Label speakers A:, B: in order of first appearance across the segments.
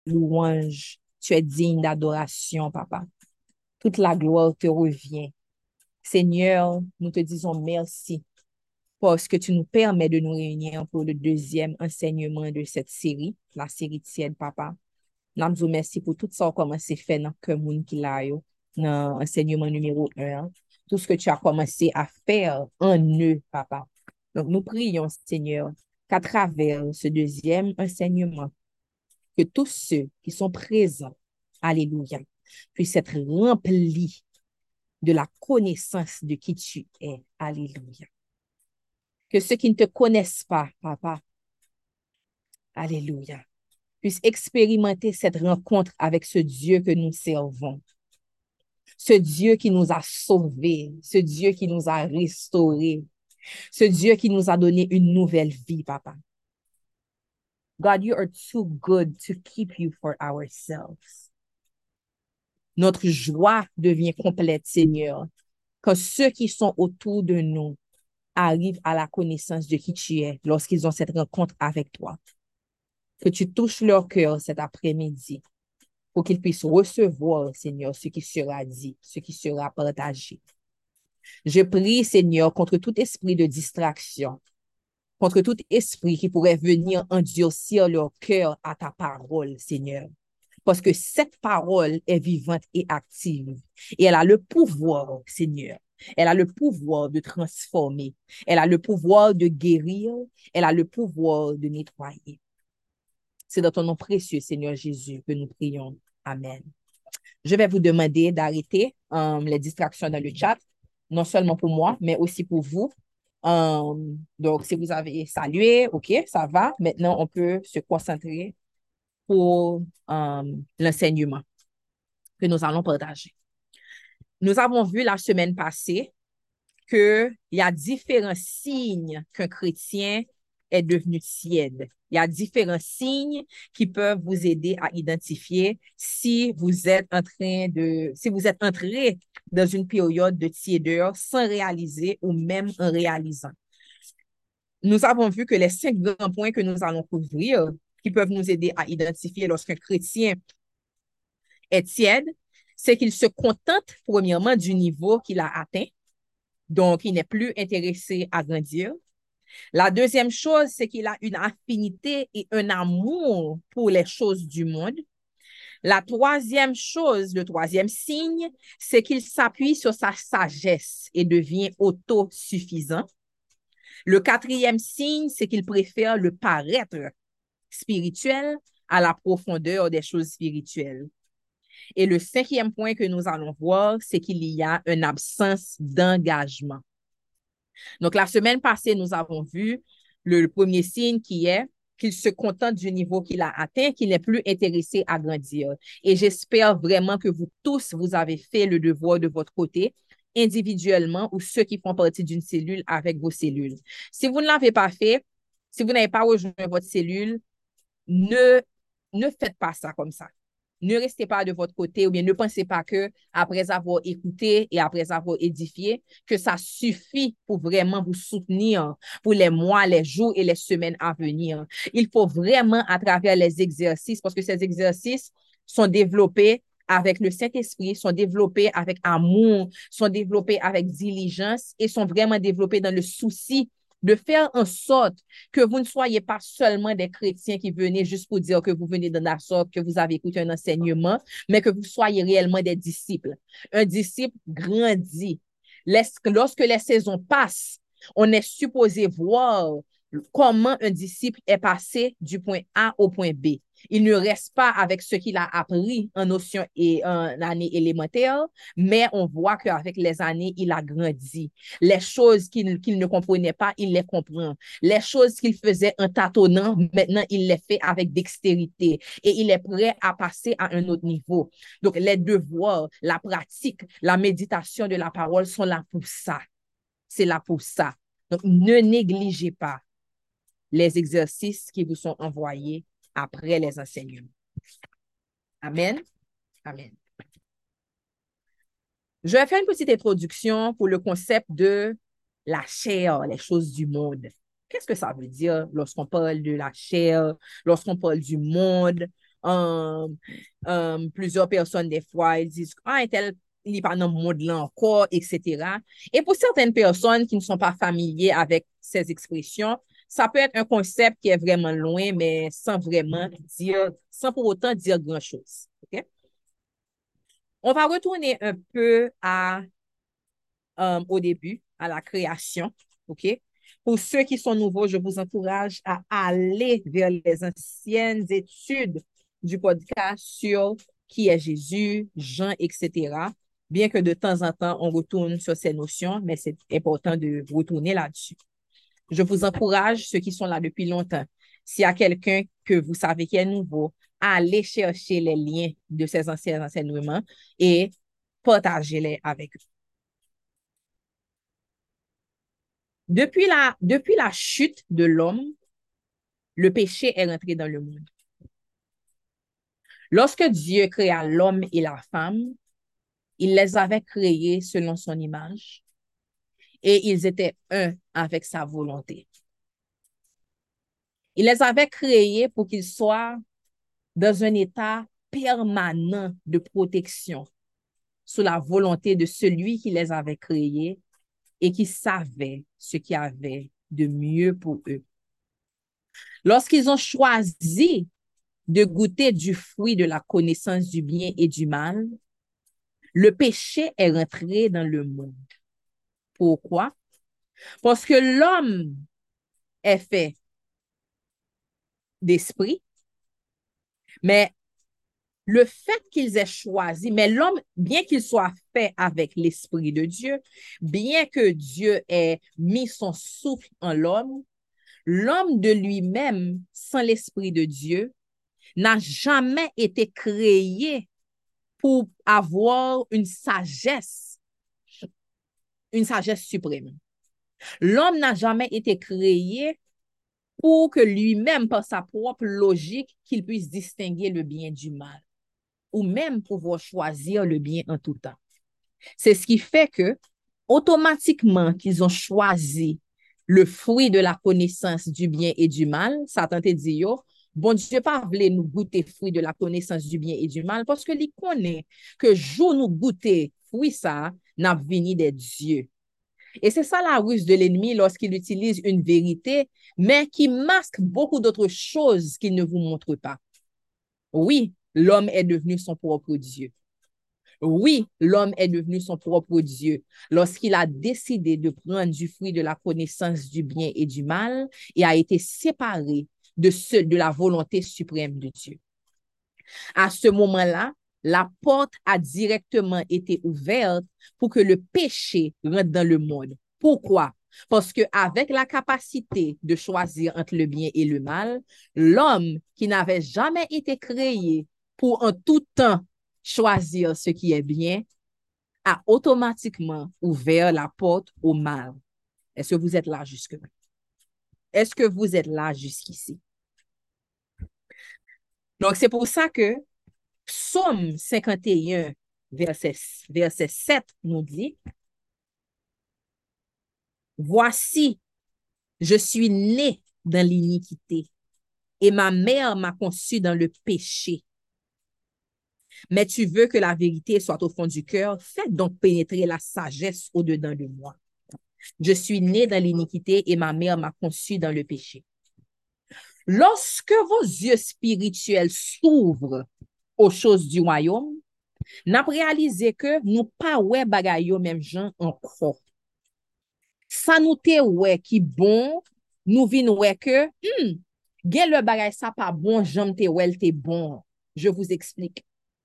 A: louange. Tu es digne d'adoration, papa. Toute la gloire te revient. Seigneur, nous te disons merci parce que tu nous permets de nous réunir pour le deuxième enseignement de cette série, la série tiède, papa. Nous nous merci pour tout ça qu'on a commencé à faire dans le monde qui l'a eu, dans l'enseignement numéro un. Tout ce que tu as commencé à faire en eux, papa. Donc, nous prions, Seigneur, qu'à travers ce deuxième enseignement, que tous ceux qui sont présents, alléluia, puissent être remplis de la connaissance de qui tu es. Alléluia. Que ceux qui ne te connaissent pas, papa, alléluia, puissent expérimenter cette rencontre avec ce Dieu que nous servons, ce Dieu qui nous a sauvés, ce Dieu qui nous a restaurés, ce Dieu qui nous a donné une nouvelle vie, papa. God, you are too good to keep you for ourselves. Notre joie devient complète, Seigneur, quand ceux qui sont autour de nous arrivent à la connaissance de qui tu es lorsqu'ils ont cette rencontre avec toi. Que tu touches leur cœur cet après-midi pour qu'ils puissent recevoir, Seigneur, ce qui sera dit, ce qui sera partagé. Je prie, Seigneur, contre tout esprit de distraction, contre tout esprit qui pourrait venir endurcir leur cœur à ta parole, Seigneur. Parce que cette parole est vivante et active. Et elle a le pouvoir, Seigneur. Elle a le pouvoir de transformer. Elle a le pouvoir de guérir. Elle a le pouvoir de nettoyer. C'est dans ton nom précieux, Seigneur Jésus, que nous prions. Amen. Je vais vous demander d'arrêter les distractions dans le chat, non seulement pour moi, mais aussi pour vous. Donc, si vous avez salué, OK, ça va. Maintenant, on peut se concentrer pour l'enseignement que nous allons partager. Nous avons vu la semaine passée qu'il y a différents signes qu'un chrétien est devenu tiède. Il y a différents signes qui peuvent vous aider à identifier si vous êtes si vous êtes entré dans une période de tiédeur sans réaliser ou même en réalisant. Nous avons vu que les 5 grands points que nous allons couvrir, qui peuvent nous aider à identifier lorsqu'un chrétien est tiède, c'est qu'il se contente premièrement du niveau qu'il a atteint, donc il n'est plus intéressé à grandir. La deuxième chose, c'est qu'il a une affinité et un amour pour les choses du monde. La troisième chose, le troisième signe, c'est qu'il s'appuie sur sa sagesse et devient autosuffisant. Le quatrième signe, c'est qu'il préfère le paraître spirituel à la profondeur des choses spirituelles. Et le cinquième point que nous allons voir, c'est qu'il y a une absence d'engagement. Donc, la semaine passée, nous avons vu le premier signe qui est qu'il se contente du niveau qu'il a atteint, qu'il n'est plus intéressé à grandir. Et j'espère vraiment que vous tous, vous avez fait le devoir de votre côté, individuellement ou ceux qui font partie d'une cellule avec vos cellules. Si vous ne l'avez pas fait, si vous n'avez pas rejoint votre cellule, ne, ne faites pas ça comme ça. Ne restez pas de votre côté ou bien ne pensez pas que après avoir écouté et après avoir édifié, que ça suffit pour vraiment vous soutenir pour les mois, les jours et les semaines à venir. Il faut vraiment à travers les exercices, parce que ces exercices sont développés avec le Saint-Esprit, sont développés avec amour, sont développés avec diligence et sont vraiment développés dans le souci de faire en sorte que vous ne soyez pas seulement des chrétiens qui venaient juste pour dire que vous venez de la sorte, que vous avez écouté un enseignement, mais que vous soyez réellement des disciples. Un disciple grandit. Lorsque les saisons passent, on est supposé voir comment un disciple est passé du point A au point B. Il ne reste pas avec ce qu'il a appris en notion et en année élémentaire, mais on voit qu'avec les années, il a grandi. Les choses qu'il ne comprenait pas, il les comprend. Les choses qu'il faisait en tâtonnant, maintenant, il les fait avec dextérité et il est prêt à passer à un autre niveau. Donc, les devoirs, la pratique, la méditation de la parole sont là pour ça. C'est là pour ça. Donc, ne négligez pas les exercices qui vous sont envoyés après les enseignements. Amen. Amen. Je vais faire une petite introduction pour le concept de la chair, les choses du monde. Qu'est-ce que ça veut dire lorsqu'on parle de la chair, lorsqu'on parle du monde? Plusieurs personnes, des fois, ils disent, ah, un tel, il n'est pas dans le monde là encore, etc. Et pour certaines personnes qui ne sont pas familiers avec ces expressions, ça peut être un concept qui est vraiment loin, mais sans pour autant dire grand-chose. OK? On va retourner un peu au début, à la création. OK? Pour ceux qui sont nouveaux, je vous encourage à aller vers les anciennes études du podcast sur qui est Jésus, Jean, etc. Bien que de temps en temps, on retourne sur ces notions, mais c'est important de retourner là-dessus. Je vous encourage, ceux qui sont là depuis longtemps, s'il y a quelqu'un que vous savez qui est nouveau, à aller chercher les liens de ces anciens enseignements et partagez-les avec eux. Depuis la chute de l'homme, le péché est rentré dans le monde. Lorsque Dieu créa l'homme et la femme, il les avait créés selon son image et ils étaient un avec sa volonté. Il les avait créés pour qu'ils soient dans un état permanent de protection sous la volonté de celui qui les avait créés et qui savait ce qu'il y avait de mieux pour eux. Lorsqu'ils ont choisi de goûter du fruit de la connaissance du bien et du mal, le péché est rentré dans le monde. Pourquoi? Parce que l'homme est fait d'esprit, mais le fait qu'ils aient choisi, mais l'homme, bien qu'il soit fait avec l'esprit de Dieu, bien que Dieu ait mis son souffle en l'homme, l'homme de lui-même, sans l'esprit de Dieu, n'a jamais été créé pour avoir une sagesse suprême. L'homme n'a jamais été créé pour que lui-même, par sa propre logique, qu'il puisse distinguer le bien du mal, ou même pouvoir choisir le bien en tout temps. C'est ce qui fait que, automatiquement qu'ils ont choisi le fruit de la connaissance du bien et du mal, Satan te dit yo, bon Dieu pas voulait nous goûter fruit de la connaissance du bien et du mal parce que il connaît que jour nous goûter fruit ça, n'a venu des dieux. Et c'est ça la ruse de l'ennemi lorsqu'il utilise une vérité, mais qui masque beaucoup d'autres choses qu'il ne vous montre pas. Oui, l'homme est devenu son propre Dieu. Oui, l'homme est devenu son propre Dieu lorsqu'il a décidé de prendre du fruit de la connaissance du bien et du mal et a été séparé de la volonté suprême de Dieu. À ce moment-là, la porte a directement été ouverte pour que le péché rentre dans le monde. Pourquoi? Parce qu'avec la capacité de choisir entre le bien et le mal, l'homme qui n'avait jamais été créé pour en tout temps choisir ce qui est bien, a automatiquement ouvert la porte au mal. Est-ce que vous êtes là jusque-là? Est-ce que vous êtes là jusqu'ici? Donc, c'est pour ça que Psaume 51, verset 7 nous dit, voici, je suis né dans l'iniquité et ma mère m'a conçu dans le péché. Mais tu veux que la vérité soit au fond du cœur, fais donc pénétrer la sagesse au-dedans de moi. Je suis né dans l'iniquité et ma mère m'a conçu dans le péché. Lorsque vos yeux spirituels s'ouvrent aux choses du royaume, n'a réalisé que nous pas ouais bagay yo même gens encore. Ça nous te ouais qui bon, nous vin ouais que gen le bagay ça pas bon, j'aime te ouais te bon. Je vous explique.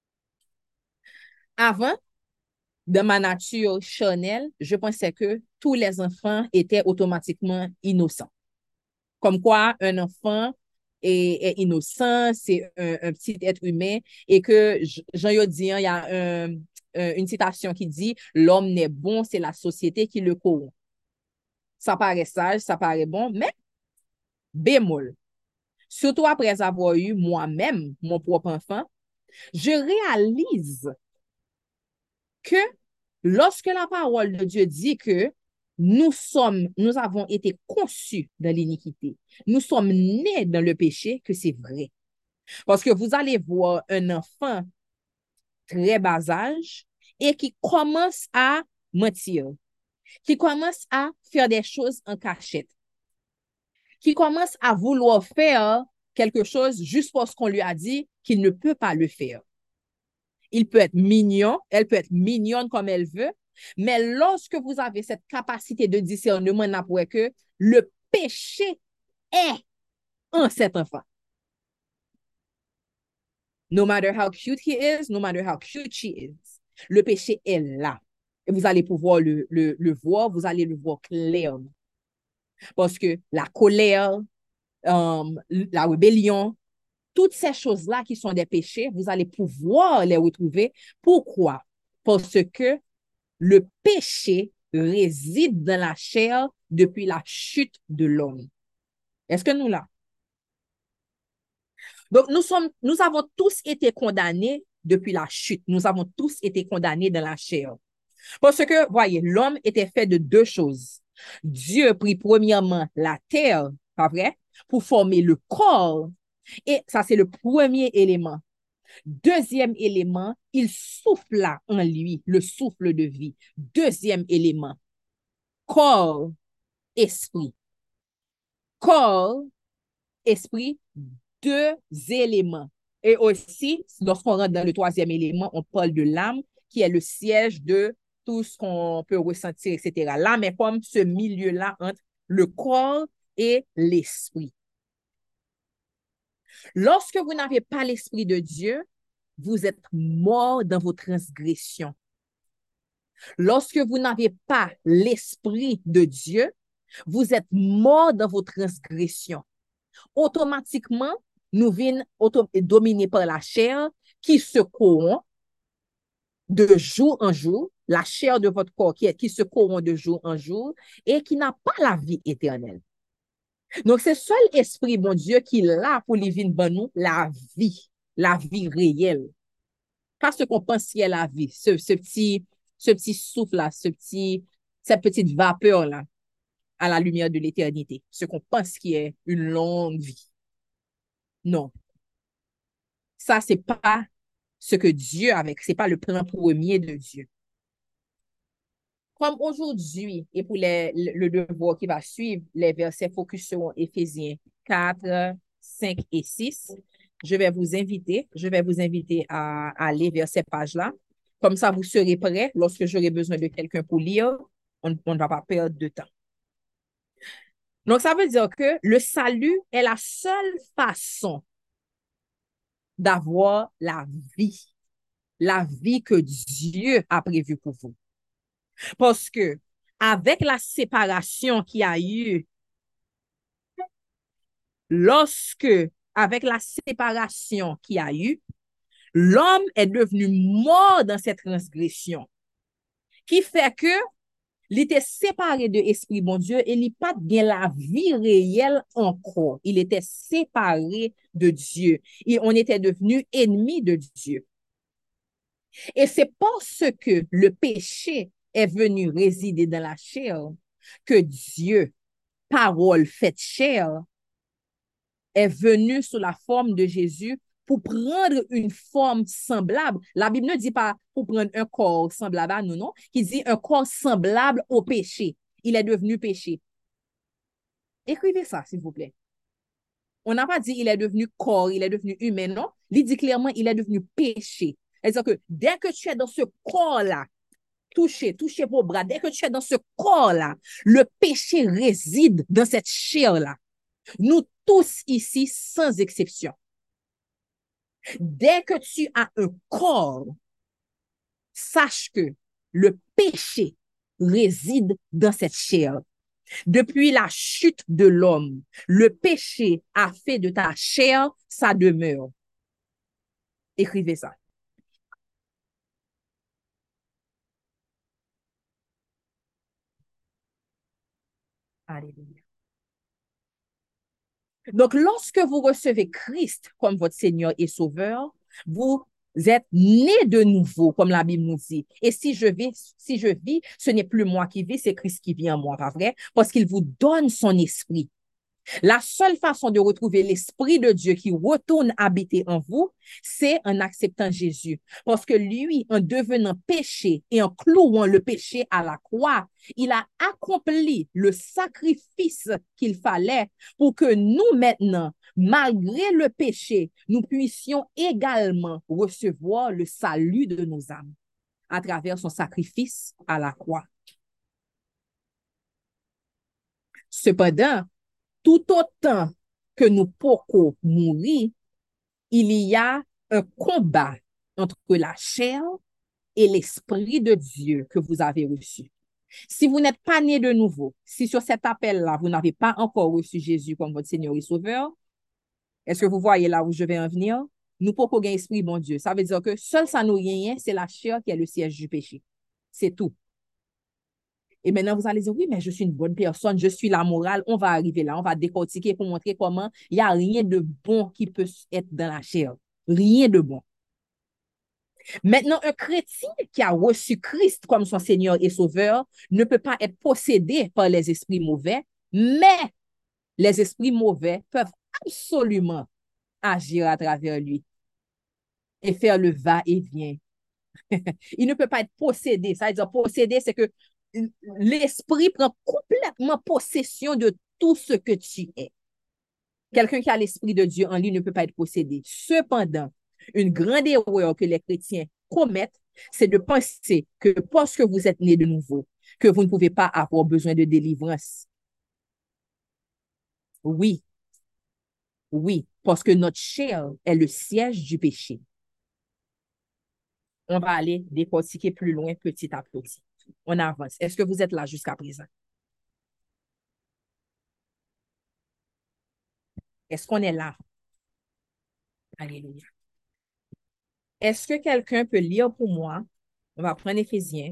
A: Avant, dans ma nature charnelle, je pensais que tous les enfants étaient automatiquement innocents. Comme quoi, un enfant est innocent, c'est un petit être humain, et que Jean dit, il y a une citation qui dit, l'homme n'est bon, c'est la société qui le corrompt. Ça paraît sage, ça paraît bon, mais bémol. Surtout après avoir eu moi-même mon propre enfant, je réalise que lorsque la parole de Dieu dit que nous avons été conçus dans l'iniquité, nous sommes nés dans le péché, que c'est vrai. Parce que vous allez voir un enfant très bas âge et qui commence à mentir, qui commence à faire des choses en cachette, qui commence à vouloir faire quelque chose juste parce qu'on lui a dit qu'il ne peut pas le faire. Il peut être mignon, elle peut être mignonne comme elle veut, mais lorsque vous avez cette capacité de discernement, n'approuve que le péché est en cet enfant. No matter how cute he is, no matter how cute she is, le péché est là. Et vous allez pouvoir le voir, vous allez le voir clairement. Parce que la colère, la rébellion, toutes ces choses-là qui sont des péchés, vous allez pouvoir les retrouver. Pourquoi? Parce que le péché réside dans la chair depuis la chute de l'homme. Est-ce que nous là? Donc, nous avons tous été condamnés depuis la chute. Nous avons tous été condamnés dans la chair. Parce que, voyez, l'homme était fait de deux choses. Dieu prit premièrement la terre, pas vrai, pour former le corps. Et ça, c'est le premier élément. Deuxième élément, il souffla en lui le souffle de vie. Deuxième élément, corps, esprit. Corps, esprit, deux éléments. Et aussi, lorsqu'on rentre dans le troisième élément, on parle de l'âme, qui est le siège de tout ce qu'on peut ressentir, etc. L'âme est comme ce milieu-là entre le corps et l'esprit. Lorsque vous n'avez pas l'esprit de Dieu, vous êtes mort dans vos transgressions. Lorsque vous n'avez pas l'esprit de Dieu, vous êtes mort dans vos transgressions. Automatiquement, nous venons dominés par la chair qui se corrompt de jour en jour, la chair de votre corps qui se corrompt de jour en jour et qui n'a pas la vie éternelle. Donc, c'est seul esprit, mon Dieu, qui est là pour les vivre dans nous, la vie réelle. Pas ce qu'on pense qui est la vie, ce petit souffle-là, cette petite vapeur-là, à la lumière de l'éternité, ce qu'on pense qui est une longue vie. Non. Ça, c'est pas ce que Dieu avec, c'est pas le plan premier de Dieu. Comme aujourd'hui, et pour le devoir qui va suivre, les versets focus sur Éphésiens 4, 5 et 6, je vais vous inviter à aller vers ces pages-là. Comme ça, vous serez prêts lorsque j'aurai besoin de quelqu'un pour lire. On ne va pas perdre de temps. Donc, ça veut dire que le salut est la seule façon d'avoir la vie que Dieu a prévue pour vous. Parce que avec la séparation qu'il y a eu, avec la séparation qu'il y a eu, l'homme est devenu mort dans cette transgression, qui fait que il était séparé de l'Esprit bon Dieu et il n'a pas de la vie réelle encore. Il était séparé de Dieu et on était devenu ennemi de Dieu. Et c'est parce que le péché est venu résider dans la chair que Dieu, parole faite chair, est venu sous la forme de Jésus pour prendre une forme semblable. La Bible ne dit pas pour prendre un corps semblable à nous, non. Il dit un corps semblable au péché. Il est devenu péché. Écrivez ça, s'il vous plaît. On n'a pas dit il est devenu corps, il est devenu humain, non. Il dit clairement il est devenu péché. C'est-à-dire que dès que tu es dans ce corps-là, touché vos bras, dès que tu es dans ce corps-là, le péché réside dans cette chair-là. Nous tous ici, sans exception. Dès que tu as un corps, sache que le péché réside dans cette chair. Depuis la chute de l'homme, le péché a fait de ta chair sa demeure. Écrivez ça. Alléluia. Donc, lorsque vous recevez Christ comme votre Seigneur et Sauveur, vous êtes né de nouveau, comme la Bible nous dit. Et si je vis, ce n'est plus moi qui vis, c'est Christ qui vit en moi, pas vrai? Parce qu'il vous donne son esprit. La seule façon de retrouver l'Esprit de Dieu qui retourne habiter en vous, c'est en acceptant Jésus. Parce que lui, en devenant péché et en clouant le péché à la croix, il a accompli le sacrifice qu'il fallait pour que nous maintenant, malgré le péché, nous puissions également recevoir le salut de nos âmes à travers son sacrifice à la croix. Cependant, tout autant que nous pouvons mourir, il y a un combat entre la chair et l'Esprit de Dieu que vous avez reçu. Si vous n'êtes pas né de nouveau, si sur cet appel-là, vous n'avez pas encore reçu Jésus comme votre Seigneur et Sauveur, est-ce que vous voyez là où je vais en venir? Nous pouvons gagner esprit, bon Dieu. Ça veut dire que seul ça nous rien, c'est la chair qui est le siège du péché. C'est tout. Et maintenant, vous allez dire, oui, mais je suis une bonne personne, je suis la morale. On va arriver là, on va décortiquer pour montrer comment il n'y a rien de bon qui peut être dans la chair. Rien de bon. Maintenant, un chrétien qui a reçu Christ comme son Seigneur et Sauveur ne peut pas être possédé par les esprits mauvais, mais les esprits mauvais peuvent absolument agir à travers lui et faire le va-et-vient. Il ne peut pas être possédé. Ça veut dire possédé, c'est que l'esprit prend complètement possession de tout ce que tu es. Quelqu'un qui a l'esprit de Dieu en lui ne peut pas être possédé. Cependant, une grande erreur que les chrétiens commettent, c'est de penser que parce que vous êtes né de nouveau, que vous ne pouvez pas avoir besoin de délivrance. Oui, oui, parce que notre chair est le siège du péché. On va aller décortiquer plus loin petit à petit. On avance. Est-ce que vous êtes là jusqu'à présent? Est-ce qu'on est là? Alléluia. Est-ce que quelqu'un peut lire pour moi? On va prendre Éphésiens,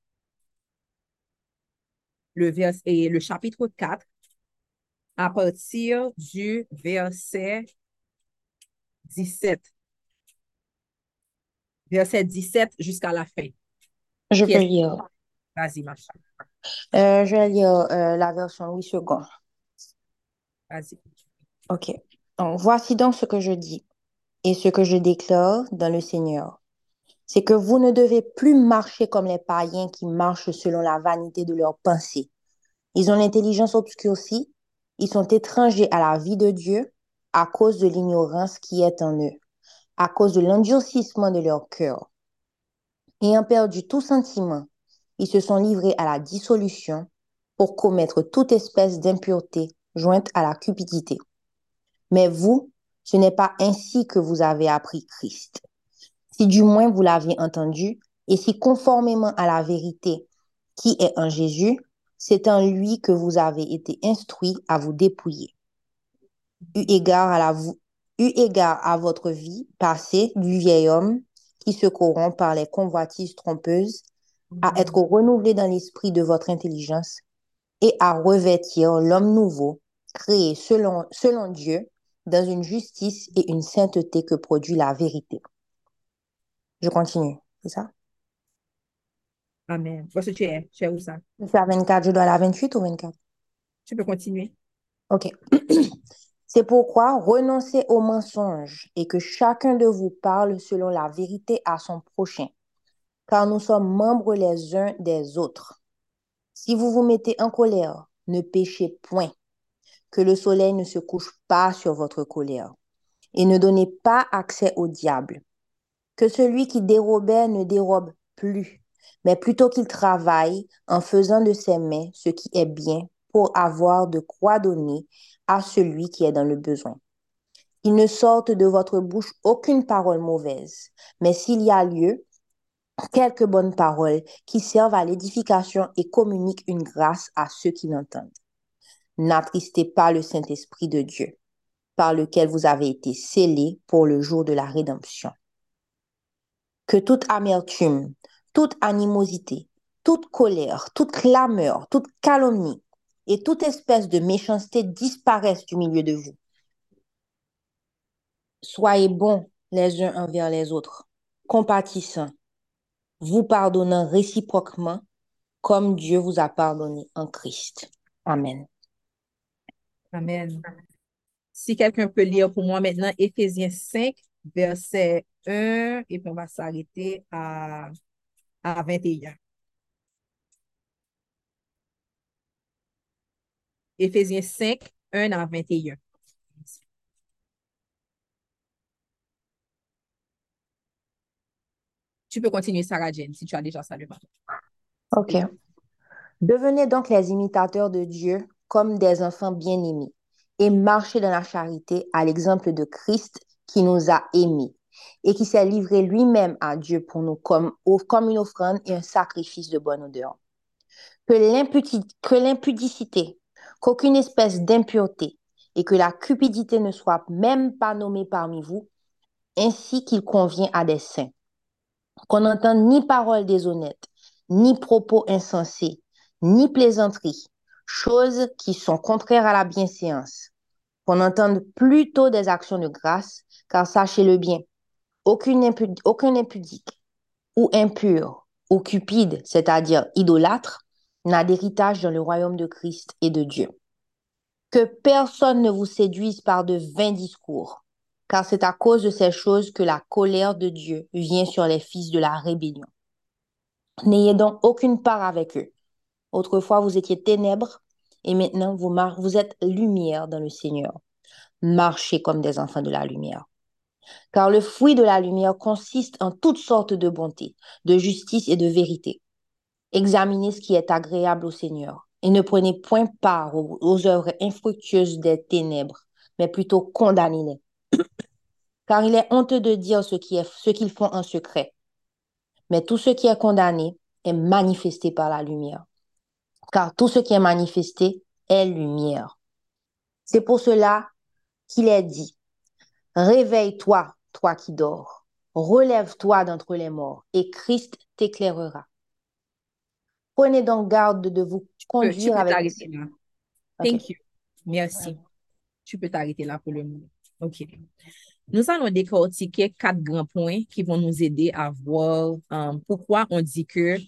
A: le chapitre 4, à partir du verset 17. Verset 17 jusqu'à la fin.
B: Je
A: Qui
B: peux
A: est...
B: lire.
A: Vas-y, ma chère.
B: Je vais lire la version Louis II.
A: Vas-y.
B: OK. Donc, voici donc ce que je dis et ce que je déclare dans le Seigneur. C'est que vous ne devez plus marcher comme les païens qui marchent selon la vanité de leurs pensées. Ils ont l'intelligence obscurcie, ils sont étrangers à la vie de Dieu à cause de l'ignorance qui est en eux, à cause de l'endurcissement de leur cœur. Ayant perdu tout sentiment, ils se sont livrés à la dissolution pour commettre toute espèce d'impureté jointe à la cupidité. Mais vous, ce n'est pas ainsi que vous avez appris Christ. Si du moins vous l'aviez entendu, et si conformément à la vérité qui est en Jésus, c'est en lui que vous avez été instruits à vous dépouiller. Eu égard eu égard à votre vie passée du vieil homme qui se corrompt par les convoitises trompeuses, à être renouvelé dans l'esprit de votre intelligence et à revêtir l'homme nouveau, créé selon Dieu, dans une justice et une sainteté que produit la vérité. Je continue, c'est ça?
A: Amen. Où est-ce que tu es? Tu es où ça?
B: Je suis à 24, je dois aller à 28 ou 24?
A: Tu peux continuer.
B: OK. C'est pourquoi renoncez aux mensonges et que chacun de vous parle selon la vérité à son prochain, car nous sommes membres les uns des autres. Si vous vous mettez en colère, ne péchez point, que le soleil ne se couche pas sur votre colère, et ne donnez pas accès au diable. Que celui qui dérobait ne dérobe plus, mais plutôt qu'il travaille en faisant de ses mains ce qui est bien pour avoir de quoi donner à celui qui est dans le besoin. Il ne sorte de votre bouche aucune parole mauvaise, mais s'il y a lieu, quelques bonnes paroles qui servent à l'édification et communiquent une grâce à ceux qui l'entendent. N'attristez pas le Saint-Esprit de Dieu, par lequel vous avez été scellés pour le jour de la rédemption. Que toute amertume, toute animosité, toute colère, toute clameur, toute calomnie et toute espèce de méchanceté disparaissent du milieu de vous. Soyez bons les uns envers les autres, compatissants, vous pardonnant réciproquement comme Dieu vous a pardonné en Christ. Amen.
A: Amen. Si quelqu'un peut lire pour moi maintenant Éphésiens 5, verset 1, et puis on va s'arrêter à 21. Éphésiens 5, 1 à 21. Tu peux continuer, Sarah Jane, si tu as déjà ça devant toi.
B: OK. Devenez donc les imitateurs de Dieu comme des enfants bien-aimés et marchez dans la charité à l'exemple de Christ qui nous a aimés et qui s'est livré lui-même à Dieu pour nous comme une offrande et un sacrifice de bonne odeur. Que l'impudicité, qu'aucune espèce d'impureté et que la cupidité ne soient même pas nommées parmi vous, ainsi qu'il convient à des saints. Qu'on n'entende ni paroles déshonnêtes, ni propos insensés, ni plaisanteries, choses qui sont contraires à la bienséance. Qu'on entende plutôt des actions de grâce, car sachez-le bien, aucun impudique ou impur ou cupide, c'est-à-dire idolâtre, n'a d'héritage dans le royaume de Christ et de Dieu. Que personne ne vous séduise par de vains discours, car c'est à cause de ces choses que la colère de Dieu vient sur les fils de la rébellion. N'ayez donc aucune part avec eux. Autrefois, vous étiez ténèbres et maintenant, vous êtes lumière dans le Seigneur. Marchez comme des enfants de la lumière. Car le fruit de la lumière consiste en toutes sortes de bonté, de justice et de vérité. Examinez ce qui est agréable au Seigneur et ne prenez point part aux œuvres infructueuses des ténèbres, mais plutôt condamnez-les. Car il est honteux de dire ce qu'ils font en secret. Mais tout ce qui est condamné est manifesté par la lumière. Car tout ce qui est manifesté est lumière. C'est pour cela qu'il est dit, réveille-toi, toi qui dors, relève-toi d'entre les morts, et Christ t'éclairera. Prenez donc garde de vous
A: Tu
B: conduire
A: peux
B: avec...
A: t'arrêter là.
B: OK.
A: Thank you. Merci. Tu peux t'arrêter là pour le moment. OK. Nous allons décortiquer 4 grands points qui vont nous aider à voir pourquoi on dit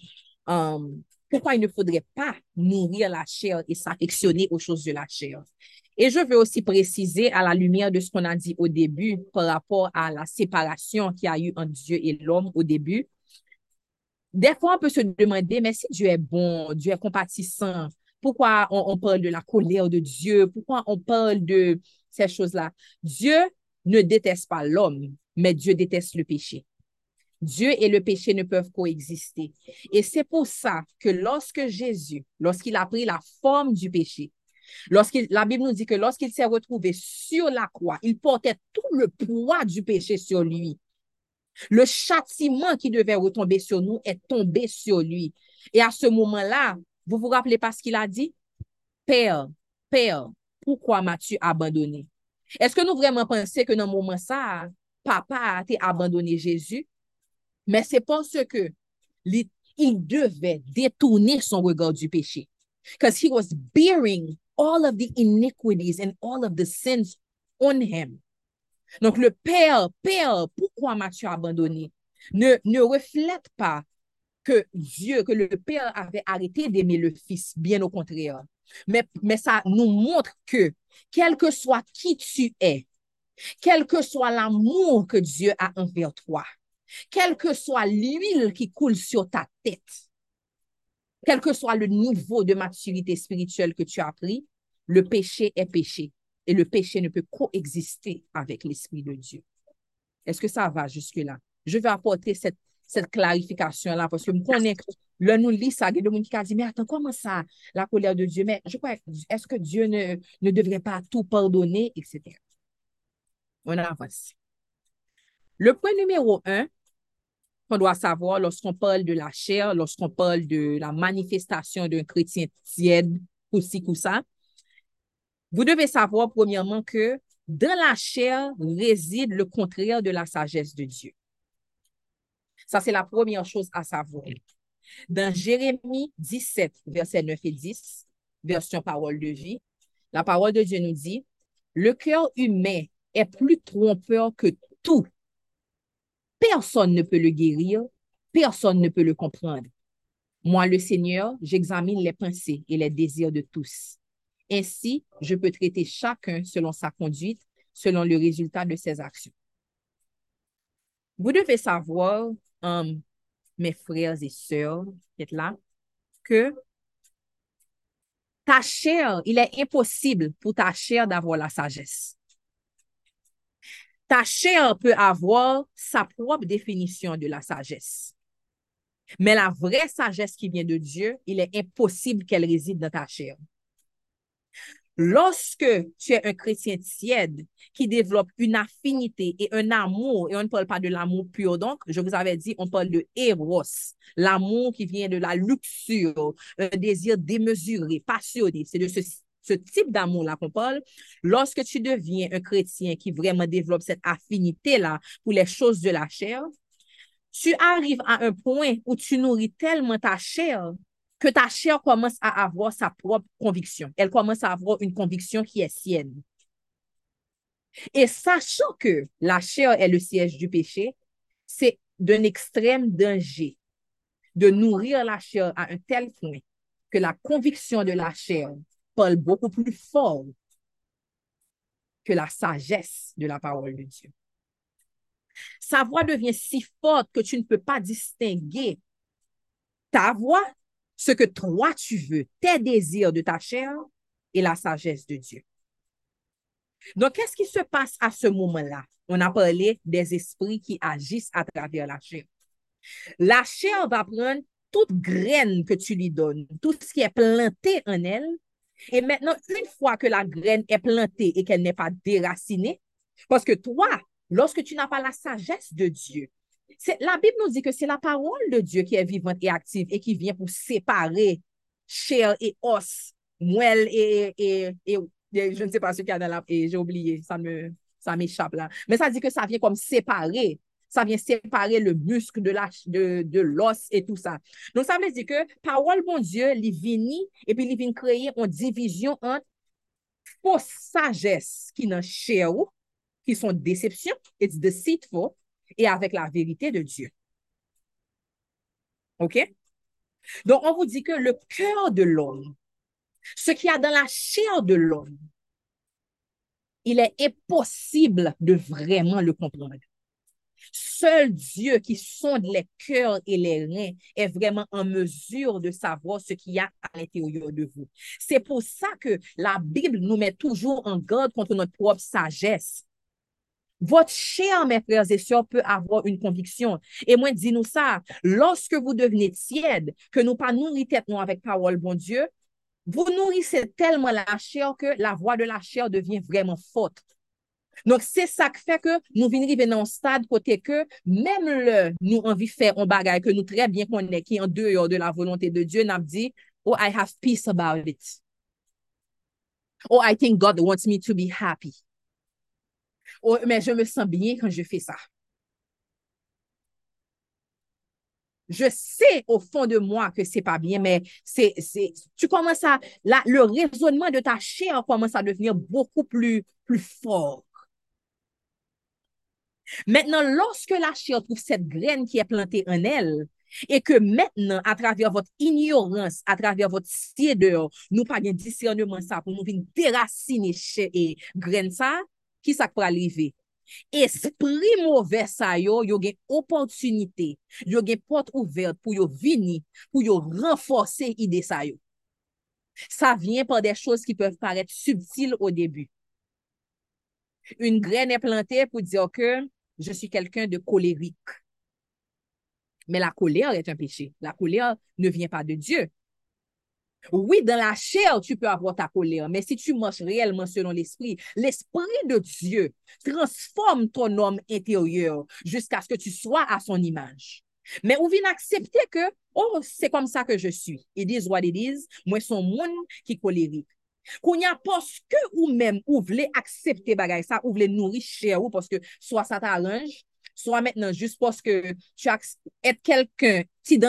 A: pourquoi il ne faudrait pas nourrir la chair et s'affectionner aux choses de la chair. Et je veux aussi préciser à la lumière de ce qu'on a dit au début par rapport à la séparation qu'il y a eu entre Dieu et l'homme au début. Des fois, on peut se demander, mais si Dieu est bon, Dieu est compatissant, pourquoi on parle de la colère de Dieu? Pourquoi on parle de ces choses-là? Dieu ne déteste pas l'homme, mais Dieu déteste le péché. Dieu et le péché ne peuvent coexister. Et c'est pour ça que lorsque Jésus, lorsqu'il a pris la forme du péché, la Bible nous dit que lorsqu'il s'est retrouvé sur la croix, il portait tout le poids du péché sur lui. Le châtiment qui devait retomber sur nous est tombé sur lui. Et à ce moment-là, vous vous rappelez pas ce qu'il a dit? Père, Père, pourquoi m'as-tu abandonné? Est-ce que nous vraiment pensons que dans ce moment ça, papa a été abandonné Jésus? Mais c'est parce que il devait détourner son regard du péché. Because he was bearing all of the iniquities and all of the sins on him. Donc, le Père, Père, pourquoi m'as-tu abandonné? Ne reflète pas que Dieu, que le Père avait arrêté d'aimer le Fils, bien au contraire. Mais ça nous montre que, quel que soit qui tu es, quel que soit l'amour que Dieu a envers toi, quelle que soit l'huile qui coule sur ta tête, quel que soit le niveau de maturité spirituelle que tu as pris, le péché est péché. Et le péché ne peut coexister avec l'Esprit de Dieu. Est-ce que ça va jusque-là? Je vais apporter cette clarification-là parce que je connais que là, nous lit ça, il y a des gens qui disent, mais attends, comment ça, la colère de Dieu? Mais je crois, est-ce que Dieu ne devrait pas tout pardonner, etc. On avance. Le point numéro 1 qu'on doit savoir lorsqu'on parle de la chair, lorsqu'on parle de la manifestation d'un chrétien tiède, aussi ou ça, vous devez savoir premièrement que dans la chair réside le contraire de la sagesse de Dieu. Ça, c'est la première chose à savoir. Dans Jérémie 17, versets 9 et 10, version parole de vie, la parole de Dieu nous dit, le cœur humain est plus trompeur que tout. Personne ne peut le guérir, personne ne peut le comprendre. Moi, le Seigneur, j'examine les pensées et les désirs de tous. Ainsi, je peux traiter chacun selon sa conduite, selon le résultat de ses actions. Vous devez savoir, mes frères et sœurs qui êtes là, que ta chair, il est impossible pour ta chair d'avoir la sagesse. Ta chair peut avoir sa propre définition de la sagesse. Mais la vraie sagesse qui vient de Dieu, il est impossible qu'elle réside dans ta chair. Lorsque tu es un chrétien tiède qui développe une affinité et un amour, et on ne parle pas de l'amour pur, donc, je vous avais dit, on parle de éros, l'amour qui vient de la luxure, un désir démesuré, passionné, c'est de ce type d'amour-là qu'on parle. Lorsque tu deviens un chrétien qui vraiment développe cette affinité-là pour les choses de la chair, tu arrives à un point où tu nourris tellement ta chair que ta chair commence à avoir sa propre conviction. Elle commence à avoir une conviction qui est sienne. Et sachant que la chair est le siège du péché, c'est d'un extrême danger de nourrir la chair à un tel point que la conviction de la chair parle beaucoup plus fort que la sagesse de la parole de Dieu. Sa voix devient si forte que tu ne peux pas distinguer ta voix, ce que toi tu veux, tes désirs de ta chair et la sagesse de Dieu. Donc, qu'est-ce qui se passe à ce moment-là? On a parlé des esprits qui agissent à travers la chair. La chair va prendre toute graine que tu lui donnes, tout ce qui est planté en elle. Et maintenant, une fois que la graine est plantée et qu'elle n'est pas déracinée, parce que toi, lorsque tu n'as pas la sagesse de Dieu, la Bible nous dit que c'est la parole de Dieu qui est vivante et active et qui vient pour séparer chair et os, moelle et je ne sais pas ce qu'il y a dans la... Et j'ai oublié, ça m'échappe là. Mais ça dit que ça vient comme séparer. Ça vient séparer le muscle de l'os et tout ça. Donc, ça veut dire que parole, bon Dieu, il vient et puis il vient créer une division entre fausse sagesse qui n'a chair, qui sont déception, it's deceitful, et avec la vérité de Dieu. OK? Donc, on vous dit que le cœur de l'homme, ce qu'il y a dans la chair de l'homme, il est impossible de vraiment le comprendre. Seul Dieu qui sonde les cœurs et les reins est vraiment en mesure de savoir ce qu'il y a à l'intérieur de vous. C'est pour ça que la Bible nous met toujours en garde contre notre propre sagesse. Votre chair, mes frères et sœurs, peut avoir une conviction. Et moi, dis-nous ça, lorsque vous devenez tiède, que nous pas nourrir tête nous avec parole, bon Dieu, vous nourrissez tellement la chair que la voix de la chair devient vraiment forte. Donc, c'est ça qui fait que nous venons arriver dans un stade côté que même le nous envie de faire un bagage que nous très bien connaissons, qui est en dehors de la volonté de Dieu, n'a dit, oh, I have peace about it. Oh, I think God wants me to be happy. Oh, mais je me sens bien quand je fais ça. Je sais au fond de moi que c'est pas bien, mais tu commences à, le raisonnement de ta chair commence à devenir beaucoup plus fort. Maintenant, lorsque la chair trouve cette graine qui est plantée en elle, et que maintenant, à travers votre ignorance, à travers votre tiédeur, nous pas de discernement ça pour nous venir déraciner et graine ça, qui ça peut arriver? Esprit mauvais ça yo gen opportunité, yo gen porte ouverte pour yo venir, pour yo renforcer idée ça yo. Ça vient par des choses qui peuvent paraître subtiles au début. Une graine est plantée pour dire que je suis quelqu'un de colérique. Mais la colère est un péché. La colère ne vient pas de Dieu. Oui, dans la chair, tu peux avoir ta colère, mais si tu marches réellement selon l'esprit de Dieu transforme ton homme intérieur jusqu'à ce que tu sois à son image. Mais ou vient accepter que, oh, c'est comme ça que je suis. It is what it is. Moi, son monde qui colérique. Qu'on y a parce que ou même, ou voulez accepter bagay ça, ou voulez nourrir chair ou parce que soit ça t'arrange, soit maintenant juste parce que tu es quelqu'un,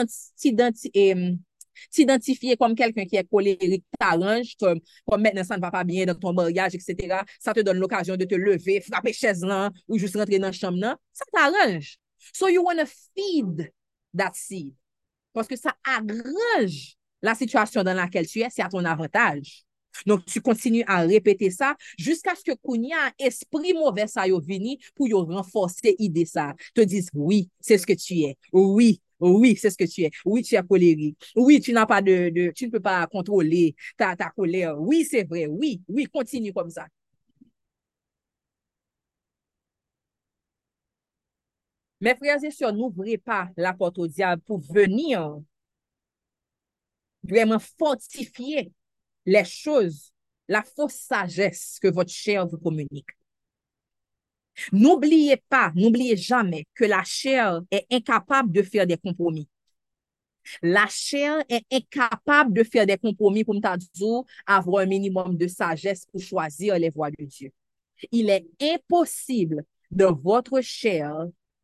A: s'identifier comme quelqu'un qui est colérique, t'arrange, comme maintenant ça ne va pas bien dans ton mariage, etc. Ça te donne l'occasion de te lever, frapper chaise là, ou juste rentrer dans la chambre là. Ça t'arrange. So you want to feed that seed. Parce que ça arrange la situation dans laquelle tu es, c'est à ton avantage. Donc, tu continues à répéter ça jusqu'à ce que Kounia, esprit mauvais, ça yo vini pour yo renforcer l'idée ça. Te disent, oui, c'est ce que tu es. Oui, oui, c'est ce que tu es. Oui, tu es colérique. Oui, tu n'as pas tu ne peux pas contrôler ta colère. Oui, c'est vrai. Oui, oui, continue comme ça. Mes frères et sœurs, n'ouvrez pas la porte au diable pour venir vraiment fortifier les choses, la fausse sagesse que votre chair vous communique. N'oubliez pas, n'oubliez jamais que la chair est incapable de faire des compromis. La chair est incapable de faire des compromis pour avoir un minimum de sagesse pour choisir les voies de Dieu. Il est impossible de votre chair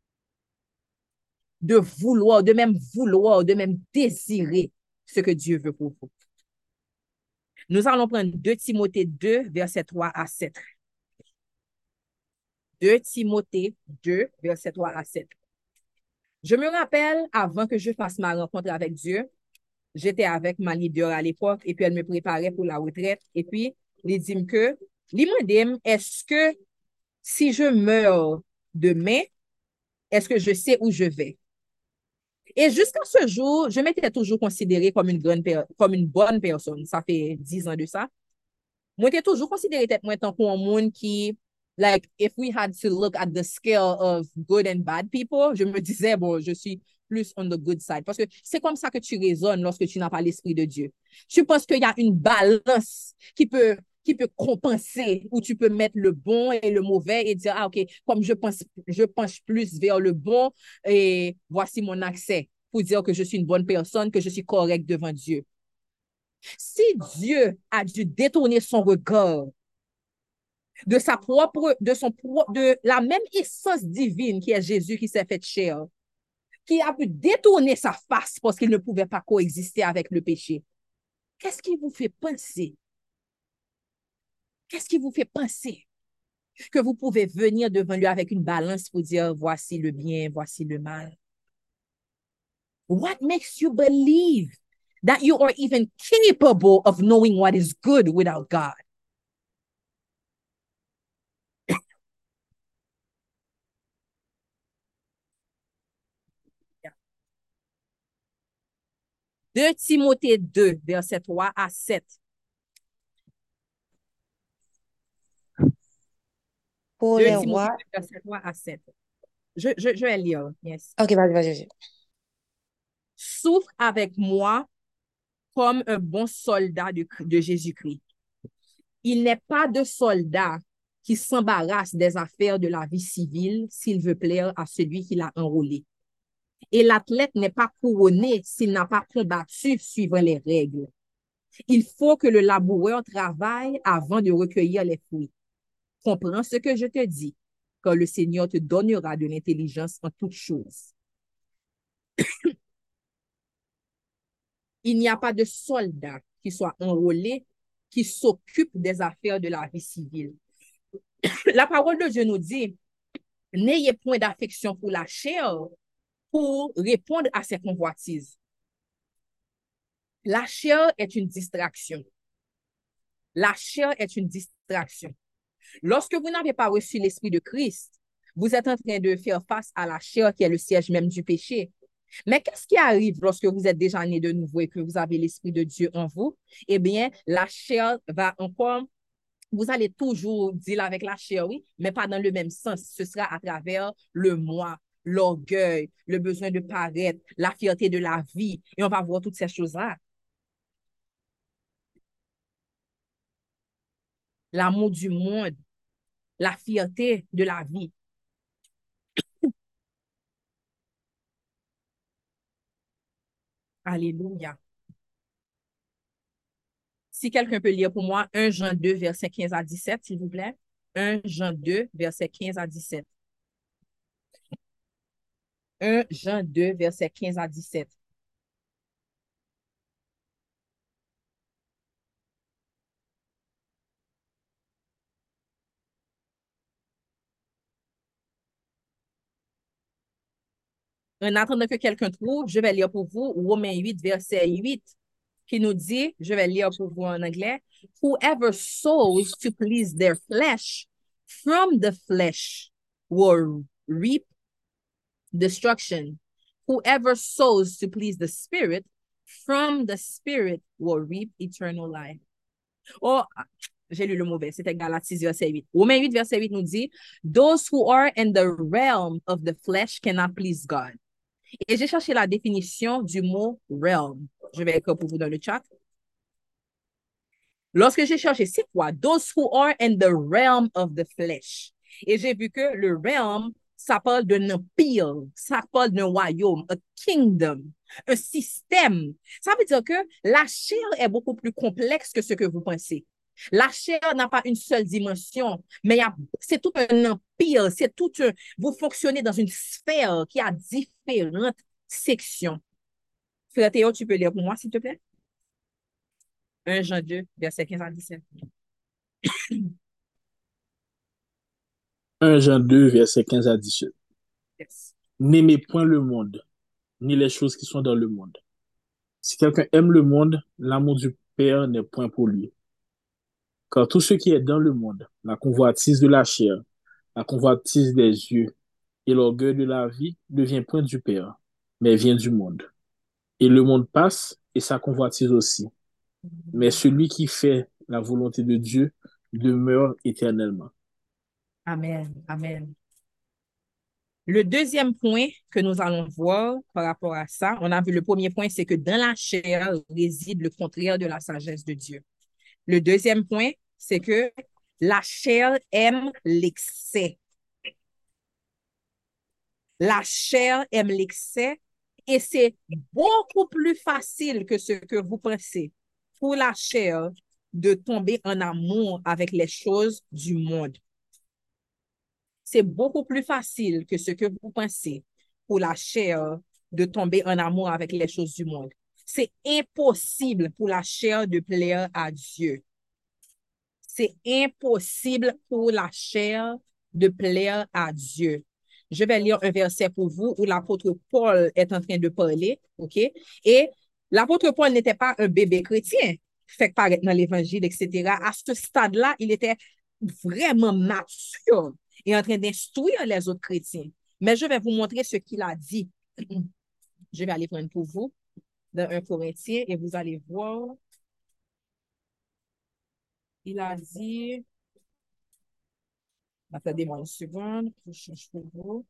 A: de même désirer ce que Dieu veut pour vous. Nous allons prendre 2 Timothée 2, verset 3 à 7. 2 Timothée 2, verset 3 à 7. Je me rappelle, avant que je fasse ma rencontre avec Dieu, j'étais avec ma leader à l'époque et puis elle me préparait pour la retraite. Et puis, il dit que, il m'a dit, est-ce que si je meurs demain, est-ce que je sais où je vais? Et jusqu'à ce jour, je m'étais toujours considérée comme comme une bonne personne. Ça fait 10 ans de ça. Moi, j'ai toujours considéré tête moi tant qu'on monde qui, like, if we had to look at the scale of good and bad people, je me disais, bon, je suis plus on the good side. Parce que c'est comme ça que tu raisonnes lorsque tu n'as pas l'esprit de Dieu. Tu penses qu'il y a une balance qui peut compenser, où tu peux mettre le bon et le mauvais et dire, ah, OK, comme je penche plus vers le bon et voici mon accès pour dire que je suis une bonne personne, que je suis correct devant Dieu. Si Dieu a dû détourner son regard de la même essence divine qui est Jésus qui s'est fait chair, qui a pu détourner sa face parce qu'il ne pouvait pas coexister avec le péché. Qu'est-ce qui vous fait penser? Qu'est-ce qui vous fait penser que vous pouvez venir devant lui avec une balance pour dire voici le bien, voici le mal? What makes you believe that you are even capable of knowing what is good without God? 2 Timothée 2, verset 3 à 7.
B: Pour
A: 2
B: les
A: Timothée
B: rois.
A: 2, verset 3 à 7. Je vais lire. Yes.
B: Ok, vas-y, vas-y.
A: Souffre avec moi comme un bon soldat de Jésus-Christ. Il n'est pas de soldat qui s'embarrasse des affaires de la vie civile s'il veut plaire à celui qui l'a enrôlé. Et l'athlète n'est pas couronné s'il n'a pas combattu suivant les règles. Il faut que le laboureur travaille avant de recueillir les fruits. Comprends ce que je te dis, car le Seigneur te donnera de l'intelligence en toutes choses. Il n'y a pas de soldat qui soit enrôlé qui s'occupe des affaires de la vie civile. La parole de Dieu nous dit, n'ayez point d'affection pour la chair pour répondre à ses convoitises. La chair est une distraction. La chair est une distraction. Lorsque vous n'avez pas reçu l'Esprit de Christ, vous êtes en train de faire face à la chair qui est le siège même du péché. Mais qu'est-ce qui arrive lorsque vous êtes déjà né de nouveau et que vous avez l'Esprit de Dieu en vous? Eh bien, la chair va encore, vous allez toujours dealer avec la chair, oui, mais pas dans le même sens. Ce sera à travers le moi, l'orgueil, le besoin de paraître, la fierté de la vie. Et on va voir toutes ces choses-là. L'amour du monde, la fierté de la vie. Alléluia. Si quelqu'un peut lire pour moi 1 Jean 2, verset 15 à 17, s'il vous plaît. 1 Jean 2, verset 15 à 17. 1 Jean 2, verset 15 à 17. En attendant que quelqu'un trouve, je vais lire pour vous Romains 8, verset 8. qui nous dit, je vais lire pour vous en anglais, whoever sows to please their flesh, from the flesh will reap destruction. Whoever sows to please the spirit, from the spirit will reap eternal life. Oh, j'ai lu le mauvais, c'était Galates 6, verset 8. Romains 8, verset 8 nous dit, those who are in the realm of the flesh cannot please God. Et j'ai cherché la définition du mot realm. Je vais écrire pour vous dans le chat. Lorsque j'ai cherché, c'est quoi? Those who are in the realm of the flesh. Et j'ai vu que le realm, ça parle d'un empire, ça parle d'un royaume, a kingdom, un système. Ça veut dire que la chair est beaucoup plus complexe que ce que vous pensez. La chair n'a pas une seule dimension, mais c'est tout un empire, c'est tout un, vous fonctionnez dans une sphère qui a différentes sections. Frère Théo, tu peux lire pour moi, s'il te plaît? 1 Jean 2, verset 15 à 17.
C: 1 Jean 2, verset 15 à 17.
A: Yes.
C: N'aimez point le monde, ni les choses qui sont dans le monde. Si quelqu'un aime le monde, l'amour du Père n'est point pour lui. Car tout ce qui est dans le monde, la convoitise de la chair, la convoitise des yeux et l'orgueil de la vie, ne vient point du Père, mais vient du monde. Et le monde passe et sa convoitise aussi. Mais celui qui fait la volonté de Dieu demeure éternellement.
A: Amen. Amen. Le deuxième point que nous allons voir par rapport à ça, on a vu le premier point, c'est que dans la chair réside le contraire de la sagesse de Dieu. Le deuxième point, c'est que la chair aime l'excès. La chair aime l'excès et c'est beaucoup plus facile que ce que vous pensez pour la chair de tomber en amour avec les choses du monde. C'est beaucoup plus facile que ce que vous pensez pour la chair de tomber en amour avec les choses du monde. C'est impossible pour la chair de plaire à Dieu. C'est impossible pour la chair de plaire à Dieu. Je vais lire un verset pour vous où l'apôtre Paul est en train de parler, OK? Et l'apôtre Paul n'était pas un bébé chrétien, fait paraître dans l'évangile, etc. À ce stade-là, il était vraiment mature et en train d'instruire les autres chrétiens. Mais je vais vous montrer ce qu'il a dit. Je vais aller prendre pour vous dans 1 Corinthiens et vous allez voir. Il a dit, attendez-moi une seconde, je cherche pour vous.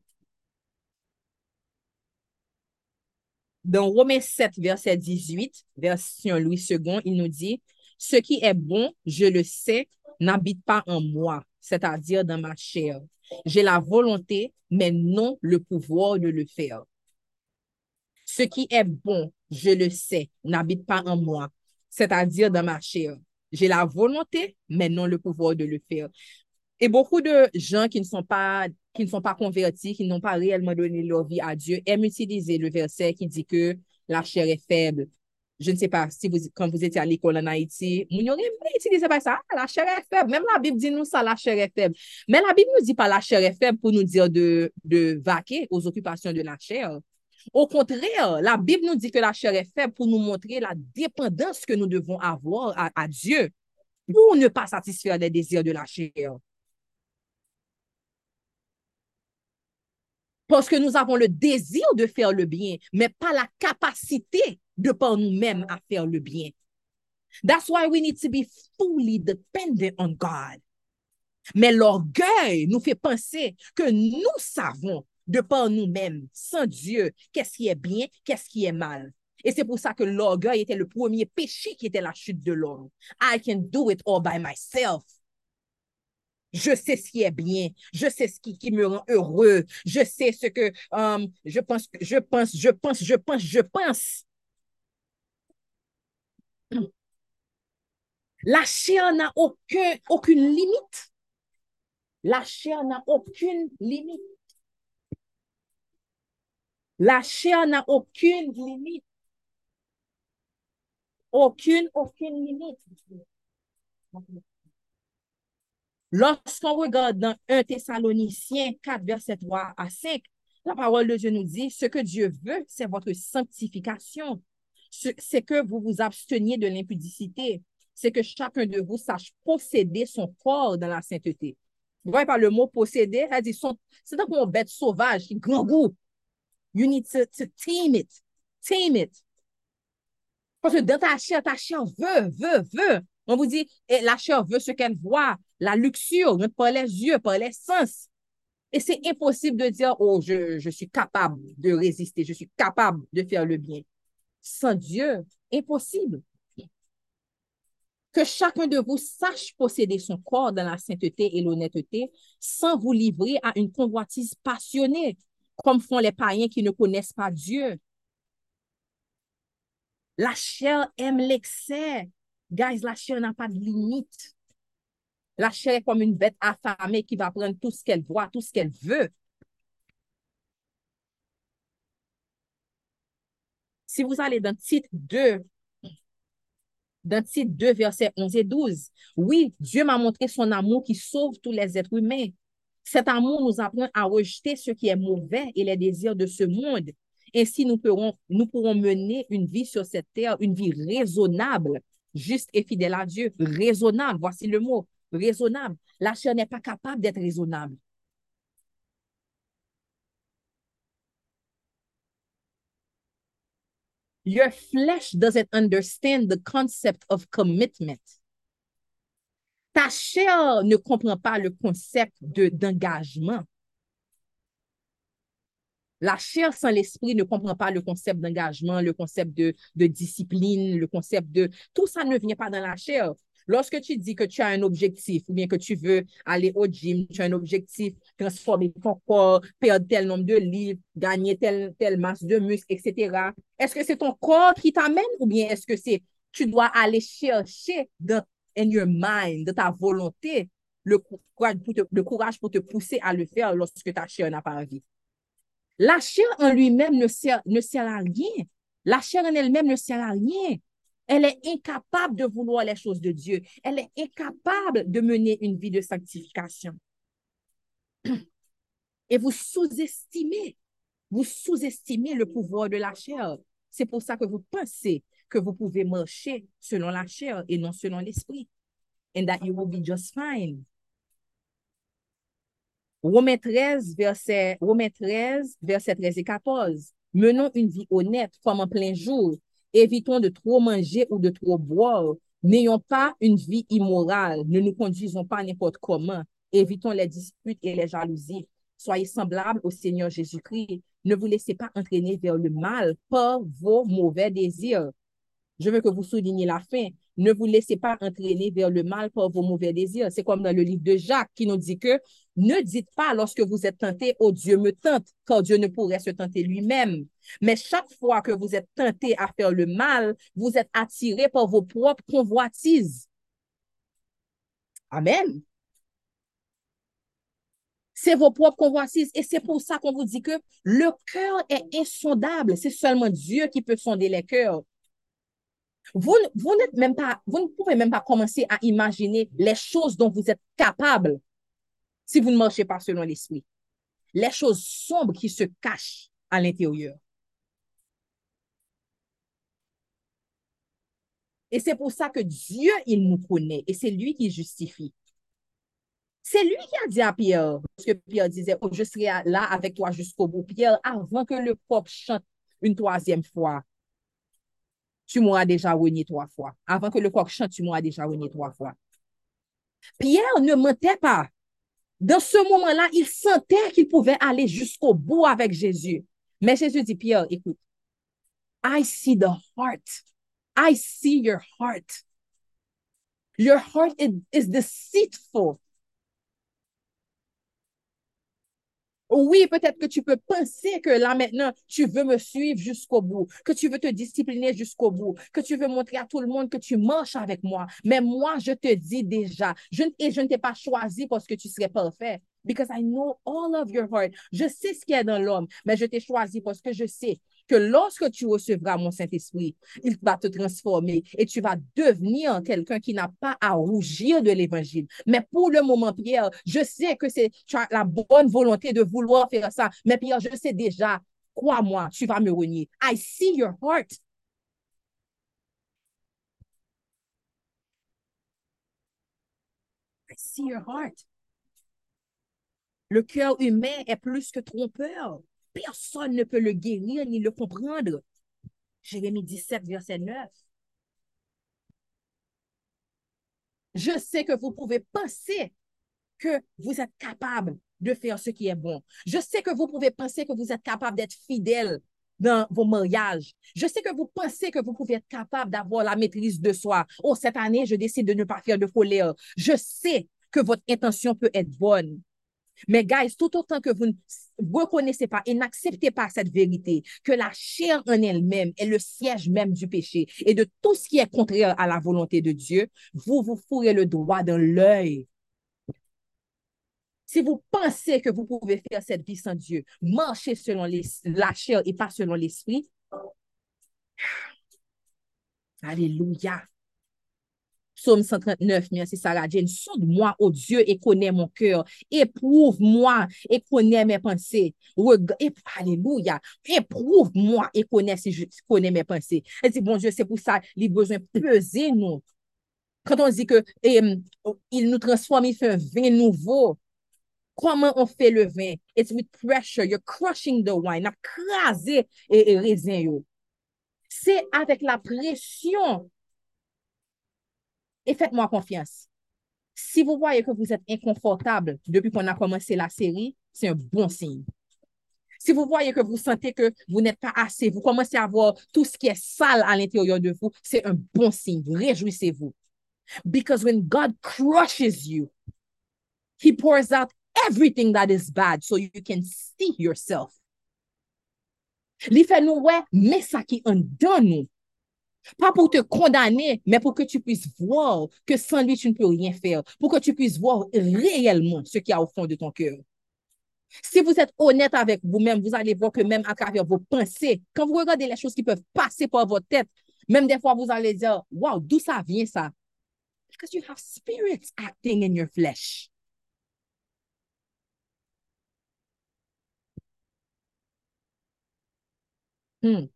A: Dans Romains 7, verset 18, version Louis II, il nous dit, ce qui est bon, je le sais, n'habite pas en moi, c'est-à-dire dans ma chair. J'ai la volonté, mais non le pouvoir de le faire. Ce qui est bon, je le sais, n'habite pas en moi, c'est-à-dire dans ma chair. J'ai la volonté, mais non le pouvoir de le faire. Et beaucoup de gens qui ne sont pas convertis, qui n'ont pas réellement donné leur vie à Dieu, aiment utiliser le verset qui dit que la chair est faible. Je ne sais pas si quand vous étiez à l'école en Haïti, vous n'auriez pas utilisé pas ça. Ah, la chair est faible. Même la Bible dit nous ça, la chair est faible. Mais la Bible ne nous dit pas la chair est faible pour nous dire de vaquer aux occupations de la chair. Au contraire, la Bible nous dit que la chair est faible pour nous montrer la dépendance que nous devons avoir à Dieu pour ne pas satisfaire les désirs de la chair. Parce que nous avons le désir de faire le bien, mais pas la capacité de par nous-mêmes à faire le bien. That's why we need to be fully dependent on God. Mais l'orgueil nous fait penser que nous savons de par nous-mêmes, sans Dieu, qu'est-ce qui est bien, qu'est-ce qui est mal. Et c'est pour ça que l'orgueil était le premier péché qui était la chute de l'homme. I can do it all by myself. Je sais ce qui est bien, je sais ce qui me rend heureux, je sais ce que je pense. La chair n'a aucune limite. La chair n'a aucune limite. La chair n'a aucune limite. Aucune limite. Lorsqu'on regarde dans 1 Thessaloniciens 4, verset 3 à 5, la parole de Dieu nous dit, ce que Dieu veut, c'est votre sanctification. c'est que vous vous absteniez de l'impudicité. C'est que chacun de vous sache posséder son corps dans la sainteté. Vous voyez par le mot posséder, elle dit c'est donc une bête sauvage qui grand goût. You need to tame it. Tame it. Parce que dans ta chair veut. On vous dit, la chair veut ce qu'elle voit, la luxure, par les yeux, par les sens. Et c'est impossible de dire, oh, je suis capable de résister, je suis capable de faire le bien. Sans Dieu, impossible. Que chacun de vous sache posséder son corps dans la sainteté et l'honnêteté sans vous livrer à une convoitise passionnée, comme font les païens qui ne connaissent pas Dieu. La chair aime l'excès. Guys, la chair n'a pas de limite. La chair est comme une bête affamée qui va prendre tout ce qu'elle voit, tout ce qu'elle veut. Si vous allez dans Tite 2, versets 11 et 12, oui, Dieu m'a montré son amour qui sauve tous les êtres humains. Cet amour nous apprend à rejeter ce qui est mauvais et les désirs de ce monde. Ainsi, nous pourrons mener une vie sur cette terre, une vie raisonnable, juste et fidèle à Dieu. Raisonnable, voici le mot, raisonnable. La chair n'est pas capable d'être raisonnable. Your flesh doesn't understand the concept of commitment. Ta chair ne comprend pas le concept d'engagement. La chair sans l'esprit ne comprend pas le concept d'engagement, le concept de discipline, le concept de... Tout ça ne vient pas dans la chair. Lorsque tu dis que tu as un objectif ou bien que tu veux aller au gym, tu as un objectif, transformer ton corps, perdre tel nombre de livres, gagner telle masse de muscles, etc. Est-ce que c'est ton corps qui t'amène ou bien est-ce que c'est tu dois aller chercher in your mind, de ta volonté, le courage pour te pousser à le faire lorsque ta chair n'a pas envie. La chair en lui-même ne sert à rien. La chair en elle-même ne sert à rien. Elle est incapable de vouloir les choses de Dieu. Elle est incapable de mener une vie de sanctification. Et vous sous-estimez le pouvoir de la chair. C'est pour ça que vous pensez que vous pouvez marcher selon la chair et non selon l'esprit. And that you will be just fine. Romains 13, verset 13 et 14. Menons une vie honnête comme en plein jour. Évitons de trop manger ou de trop boire. N'ayons pas une vie immorale. Ne nous conduisons pas n'importe comment. Évitons les disputes et les jalousies. Soyez semblables au Seigneur Jésus-Christ. Ne vous laissez pas entraîner vers le mal par vos mauvais désirs. Je veux que vous souligniez la fin. Ne vous laissez pas entraîner vers le mal par vos mauvais désirs. C'est comme dans le livre de Jacques qui nous dit que ne dites pas lorsque vous êtes tenté, oh Dieu me tente, car Dieu ne pourrait se tenter lui-même. Mais chaque fois que vous êtes tenté à faire le mal, vous êtes attiré par vos propres convoitises. Amen. C'est vos propres convoitises. Et c'est pour ça qu'on vous dit que le cœur est insondable. C'est seulement Dieu qui peut sonder les cœurs. Vous ne pouvez même pas commencer à imaginer les choses dont vous êtes capable si vous ne marchez pas selon l'esprit. Les choses sombres qui se cachent à l'intérieur. Et c'est pour ça que Dieu, il nous connaît et c'est lui qui justifie. C'est lui qui a dit à Pierre, parce que Pierre disait, oh, je serai là avec toi jusqu'au bout. Pierre, avant que le peuple chante une troisième fois, tu m'auras déjà renié 3 fois. Avant que le coq chante, tu m'auras déjà renié 3 fois. Pierre ne mentait pas. Dans ce moment-là, il sentait qu'il pouvait aller jusqu'au bout avec Jésus. Mais Jésus dit, Pierre, écoute, I see the heart. I see your heart. Your heart is deceitful. Oui, peut-être que tu peux penser que là maintenant, tu veux me suivre jusqu'au bout, que tu veux te discipliner jusqu'au bout, que tu veux montrer à tout le monde que tu marches avec moi. Mais moi, je te dis déjà, je ne t'ai pas choisi parce que tu serais parfait. Because I know all of your heart. Je sais ce qu'il y a dans l'homme, mais je t'ai choisi parce que je sais que lorsque tu recevras mon Saint-Esprit, il va te transformer et tu vas devenir quelqu'un qui n'a pas à rougir de l'Évangile. Mais pour le moment, Pierre, je sais que tu as la bonne volonté de vouloir faire ça. Mais Pierre, je sais déjà, crois-moi, tu vas me renier. I see your heart. see your heart. Le cœur humain est plus que trompeur. Personne ne peut le guérir ni le comprendre. Jérémie 17, verset 9. Je sais que vous pouvez penser que vous êtes capable de faire ce qui est bon. Je sais que vous pouvez penser que vous êtes capable d'être fidèle dans vos mariages. Je sais que vous pensez que vous pouvez être capable d'avoir la maîtrise de soi. Oh, cette année, je décide de ne pas faire de colère. Je sais que votre intention peut être bonne. Mais guys, tout autant que vous ne reconnaissez pas et n'acceptez pas cette vérité, que la chair en elle-même est le siège même du péché et de tout ce qui est contraire à la volonté de Dieu, vous vous fourrez le doigt dans l'œil. Si vous pensez que vous pouvez faire cette vie sans Dieu, marcher selon la chair et pas selon l'esprit, alléluia. Psaume 139, merci Sarah Jane. Sonde-moi, ô Dieu, et connais mon cœur. Éprouve-moi et connais mes pensées. Alléluia. Éprouve-moi et connais si je connais mes pensées. Elle dit, bon Dieu, c'est pour ça, il a besoin de peser nous. Quand on dit que il nous transforme, il fait un vin nouveau. Comment on fait le vin? It's with pressure. You're crushing the wine. On a crasé et raisin. C'est avec la pression. Et faites-moi confiance. Si vous voyez que vous êtes inconfortable depuis qu'on a commencé la série, c'est un bon signe. Si vous voyez que vous sentez que vous n'êtes pas assez, vous commencez à voir tout ce qui est sale à l'intérieur de vous, c'est un bon signe. Réjouissez-vous. Because when God crushes you, He pours out everything that is bad so you can see yourself. Li fait nous ouais, mais ça qui en donne nous. Pas pour te condamner, mais pour que tu puisses voir que sans lui, tu ne peux rien faire. Pour que tu puisses voir réellement ce qu'il y a au fond de ton cœur. Si vous êtes honnête avec vous-même, vous allez voir que même à travers vos pensées, quand vous regardez les choses qui peuvent passer par votre tête, même des fois, vous allez dire, wow, d'où ça vient ça? Because you have spirits acting in your flesh. Hmm.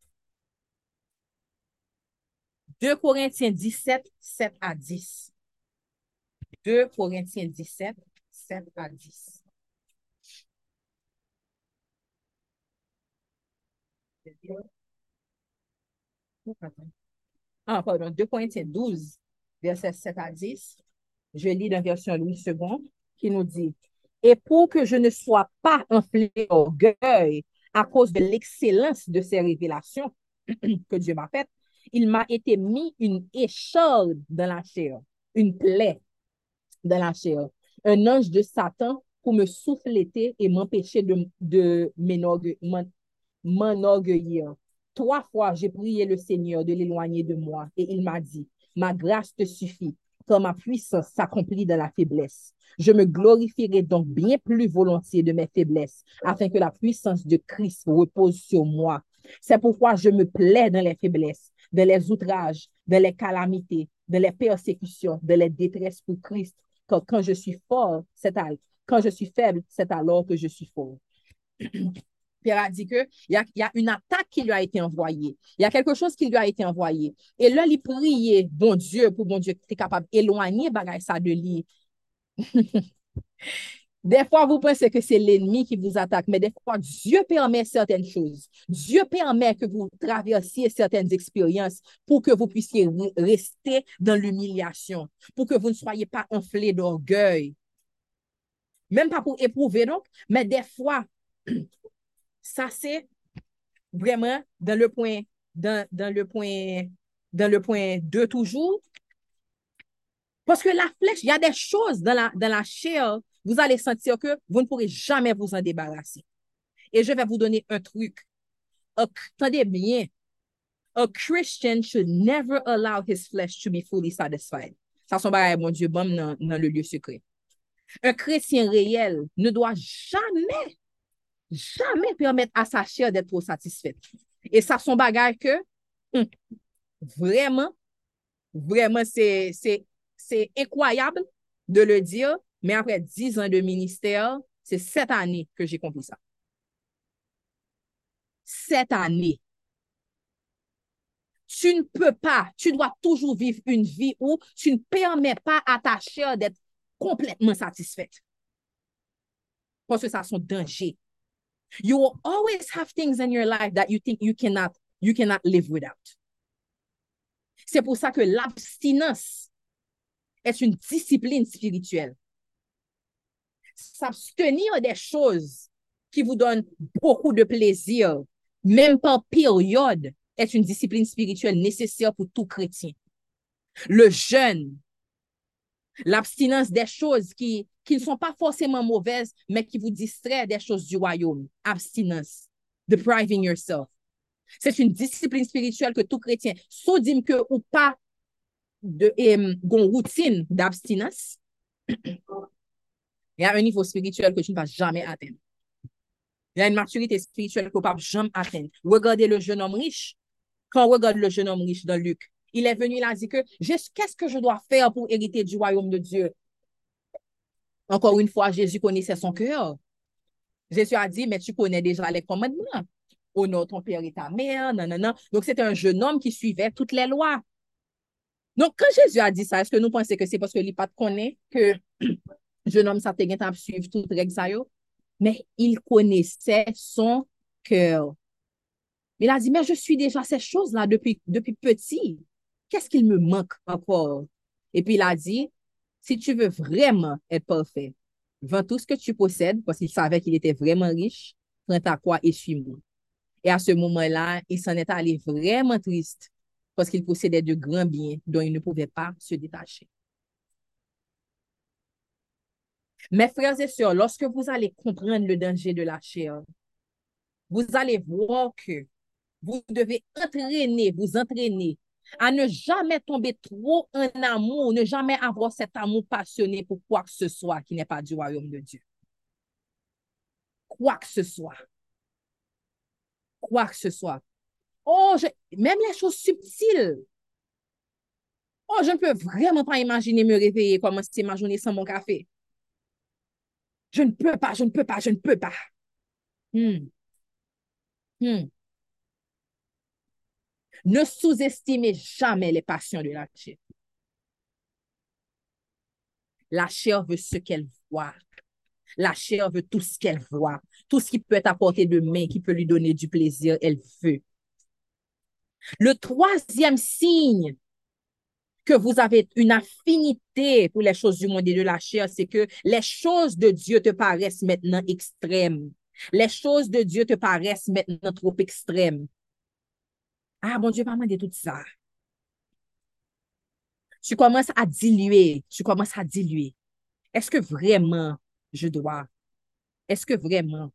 A: 2 Corinthiens 17, 7 à 10. 2 Corinthiens 17, 7 à 10. Ah, pardon, 2 Corinthiens 12, verset 7 à 10. Je lis dans la version Louis II, qui nous dit, et pour que je ne sois pas enflé d'orgueil à cause de l'excellence de ces révélations que Dieu m'a faites, il m'a été mis une écharde dans la chair, une plaie dans la chair, un ange de Satan pour me souffleter et m'empêcher de m'enorgueillir. 3 fois, j'ai prié le Seigneur de l'éloigner de moi et il m'a dit, ma grâce te suffit, car ma puissance s'accomplit dans la faiblesse. Je me glorifierai donc bien plus volontiers de mes faiblesses, afin que la puissance de Christ repose sur moi. C'est pourquoi je me plais dans les faiblesses, dans les outrages, dans les calamités, dans les persécutions, dans les détresses pour Christ. Car quand je suis fort, quand je suis faible, c'est alors que je suis fort. Pierre a dit qu'il y a une attaque qui lui a été envoyée. Il y a quelque chose qui lui a été envoyé. Et là, il priait, bon Dieu, pour bon Dieu, qui est capable d'éloigner ça de lui. Des fois, vous pensez que c'est l'ennemi qui vous attaque, mais des fois, Dieu permet certaines choses. Dieu permet que vous traversiez certaines expériences pour que vous puissiez rester dans l'humiliation, pour que vous ne soyez pas enflé d'orgueil. Même pas pour éprouver, donc, mais des fois, ça, c'est vraiment dans le point, dans le point 2 toujours. Parce que la flèche, il y a des choses dans la chair, vous allez sentir que vous ne pourrez jamais vous en débarrasser. Et je vais vous donner un truc. Attendez bien. A Christian should never allow his flesh to be fully satisfied. Ça, son bagage, mon Dieu, bon, dans le lieu secret. Un chrétien réel ne doit jamais permettre à sa chair d'être trop satisfaite. Et ça, son bagage que, vraiment, c'est incroyable de le dire, mais après 10 ans de ministère, c'est cette année que j'ai compris ça. Cette année. Tu ne peux pas, tu dois toujours vivre une vie où tu ne permets pas à ta chair d'être complètement satisfaite. Parce que ça son danger. You will always have things in your life that you think you cannot live without. C'est pour ça que l'abstinence est une discipline spirituelle. S'abstenir des choses qui vous donnent beaucoup de plaisir, même par période, est une discipline spirituelle nécessaire pour tout chrétien. Le jeûne, l'abstinence des choses qui ne sont pas forcément mauvaises, mais qui vous distraient des choses du royaume. Abstinence, depriving yourself. C'est une discipline spirituelle que tout chrétien, sauf dire que ou pas de routine d'abstinence, il y a un niveau spirituel que tu ne vas jamais atteindre. Il y a une maturité spirituelle que tu ne vas jamais atteindre. Regardez le jeune homme riche. Quand on regarde le jeune homme riche dans Luc, il est venu, il a dit que qu'est-ce que je dois faire pour hériter du royaume de Dieu? Encore une fois, Jésus connaissait son cœur. Jésus a dit, mais tu connais déjà les commandements. Honore ton père et ta mère, non, non, non. Donc, c'était un jeune homme qui suivait toutes les lois. Donc, quand Jésus a dit ça, est-ce que nous pensons que c'est parce que il pas connaît que jeune homme ça te à suivre tout règle ça yo? Mais il connaissait son cœur. Il a dit, mais je suis déjà ces choses-là depuis petit. Qu'est-ce qu'il me manque encore? Et puis il a dit, si tu veux vraiment être parfait, vends tout ce que tu possèdes, parce qu'il savait qu'il était vraiment riche, prends ta croix et suis-moi. Et à ce moment-là, il s'en est allé vraiment triste, parce qu'il possédait de grands biens dont il ne pouvait pas se détacher. Mes frères et sœurs, lorsque vous allez comprendre le danger de la chair, vous allez voir que vous devez vous entraîner à ne jamais tomber trop en amour, ne jamais avoir cet amour passionné pour quoi que ce soit qui n'est pas du royaume de Dieu. Quoi que ce soit. Quoi que ce soit. Oh, même les choses subtiles. Oh, je ne peux vraiment pas imaginer me réveiller, commencer ma journée sans mon café. Je ne peux pas, je ne peux pas, je ne peux pas. Ne sous-estimez jamais les passions de la chair. La chair veut ce qu'elle voit. La chair veut tout ce qu'elle voit. Tout ce qui peut être apporté de main, qui peut lui donner du plaisir, elle veut. Le troisième signe que vous avez une affinité pour les choses du monde et de la chair, c'est que les choses de Dieu te paraissent maintenant extrêmes. Les choses de Dieu te paraissent maintenant trop extrêmes. Ah, bon Dieu, pas de tout ça. Tu commences à diluer. Est-ce que vraiment je dois? Est-ce que vraiment?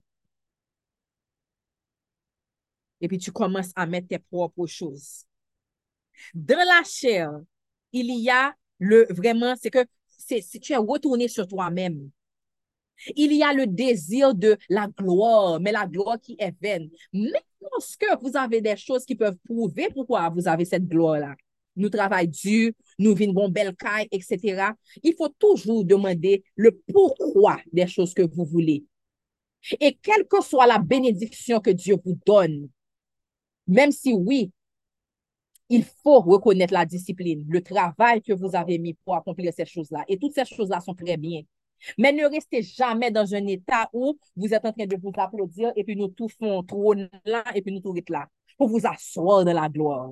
A: Et puis tu commences à mettre tes propres choses. Dans la chair, il y a vraiment, c'est que si tu es retourné sur toi-même, il y a le désir de la gloire, mais la gloire qui est vaine. Mais lorsque vous avez des choses qui peuvent prouver pourquoi vous avez cette gloire-là, nous travaillons dur, nous vivons belle caille, etc. Il faut toujours demander le pourquoi des choses que vous voulez. Et quelle que soit la bénédiction que Dieu vous donne, même si oui, il faut reconnaître la discipline, le travail que vous avez mis pour accomplir ces choses-là. Et toutes ces choses-là sont très bien. Mais ne restez jamais dans un état où vous êtes en train de vous applaudir et puis nous tout font trône là et puis nous tout là pour vous asseoir dans la gloire.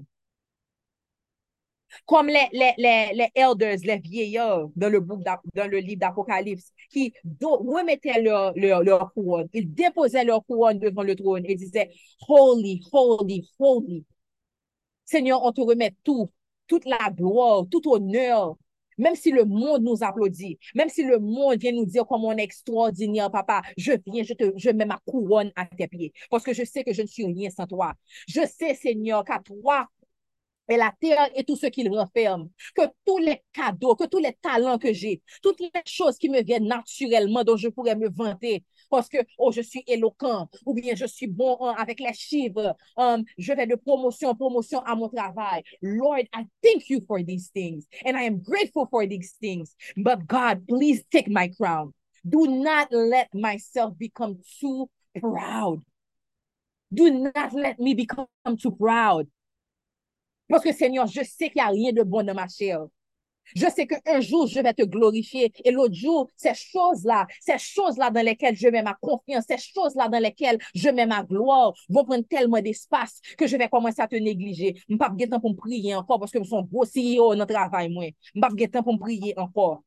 A: Comme les elders, les vieillards dans le livre d'Apocalypse qui remettaient leur couronne. Ils déposaient leur couronne devant le trône et disaient Holy, holy, holy. Seigneur, on te remet tout, toute la gloire, tout honneur. Même si le monde nous applaudit, même si le monde vient nous dire comment on est extraordinaire, papa, je mets ma couronne à tes pieds. Parce que je sais que je ne suis rien sans toi. Je sais, Seigneur, qu'à toi, et la terre et tout ce qu'il renferme, que tous les cadeaux, que tous les talents que j'ai, toutes les choses qui me viennent naturellement dont je pourrais me vanter parce que oh, je suis éloquent ou bien je suis bon avec les chiffres, je vais de promotion en promotion à mon travail. Lord, I thank you for these things and I am grateful for these things. But God, please take my crown. Do not let myself become too proud. Do not let me become too proud. Parce que Seigneur, je sais qu'il n'y a rien de bon dans ma chair. Je sais qu'un jour, je vais te glorifier et l'autre jour, ces choses-là dans lesquelles je mets ma confiance, ces choses-là dans lesquelles je mets ma gloire vont prendre tellement d'espace que je vais commencer à te négliger. Je ne vais pas temps pour me prier encore parce que je suis un gros CEO dans le travail. Je ne vais pas temps pour me prier encore.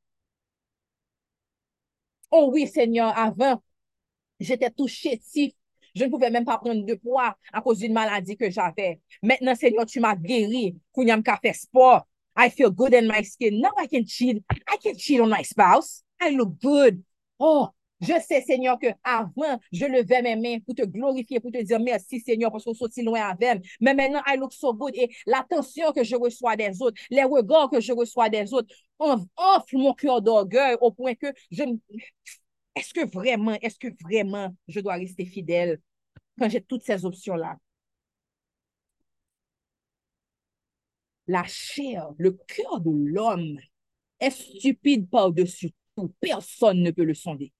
A: Oh oui, Seigneur, avant, j'étais tout chétif. Je ne pouvais même pas prendre de poids à cause d'une maladie que j'avais. Maintenant, Seigneur, tu m'as guéri. Kounyam ka fait sport. I feel good in my skin. Now I can cheat. I can cheat on my spouse. I look good. Oh, je sais, Seigneur, que avant, je levais mes mains pour te glorifier, pour te dire merci, Seigneur, parce qu'on sortit loin avec. Mais maintenant, I look so good. Et l'attention que je reçois des autres, les regards que je reçois des autres, enfle mon cœur d'orgueil au point que est-ce que vraiment je dois rester fidèle quand j'ai toutes ces options-là? La chair, le cœur de l'homme est stupide par-dessus tout. Personne ne peut le sonder.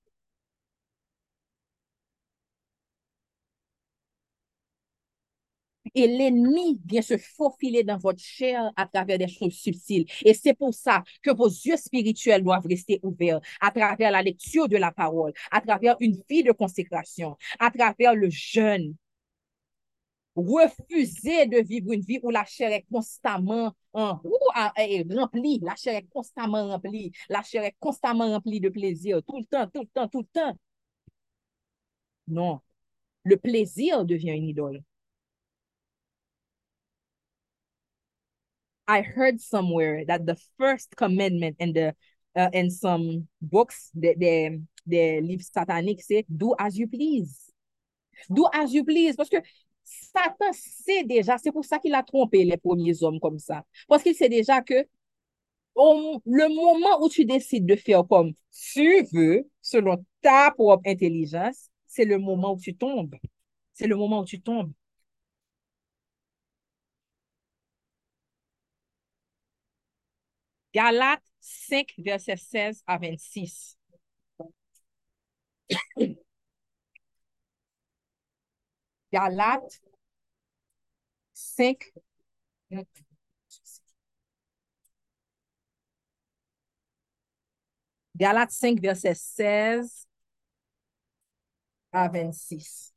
A: Et l'ennemi vient se faufiler dans votre chair à travers des choses subtiles. Et c'est pour ça que vos yeux spirituels doivent rester ouverts à travers la lecture de la parole, à travers une vie de consécration, à travers le jeûne. Refusez de vivre une vie où la chair est constamment remplie. La chair est constamment remplie. La chair est constamment remplie de plaisir. Tout le temps, tout le temps, tout le temps. Non. Le plaisir devient une idole. I heard somewhere that the first commandment in some books, des livres sataniques, c'est do as you please. Do as you please. Parce que Satan sait déjà, c'est pour ça qu'il a trompé les premiers hommes comme ça. Parce qu'il sait déjà que le moment où tu décides de faire comme tu veux, selon ta propre intelligence, c'est le moment où tu tombes. C'est le moment où tu tombes. Galates 5, verset 16 à 26. Galates 5, Galates 5, verset 16 à 26.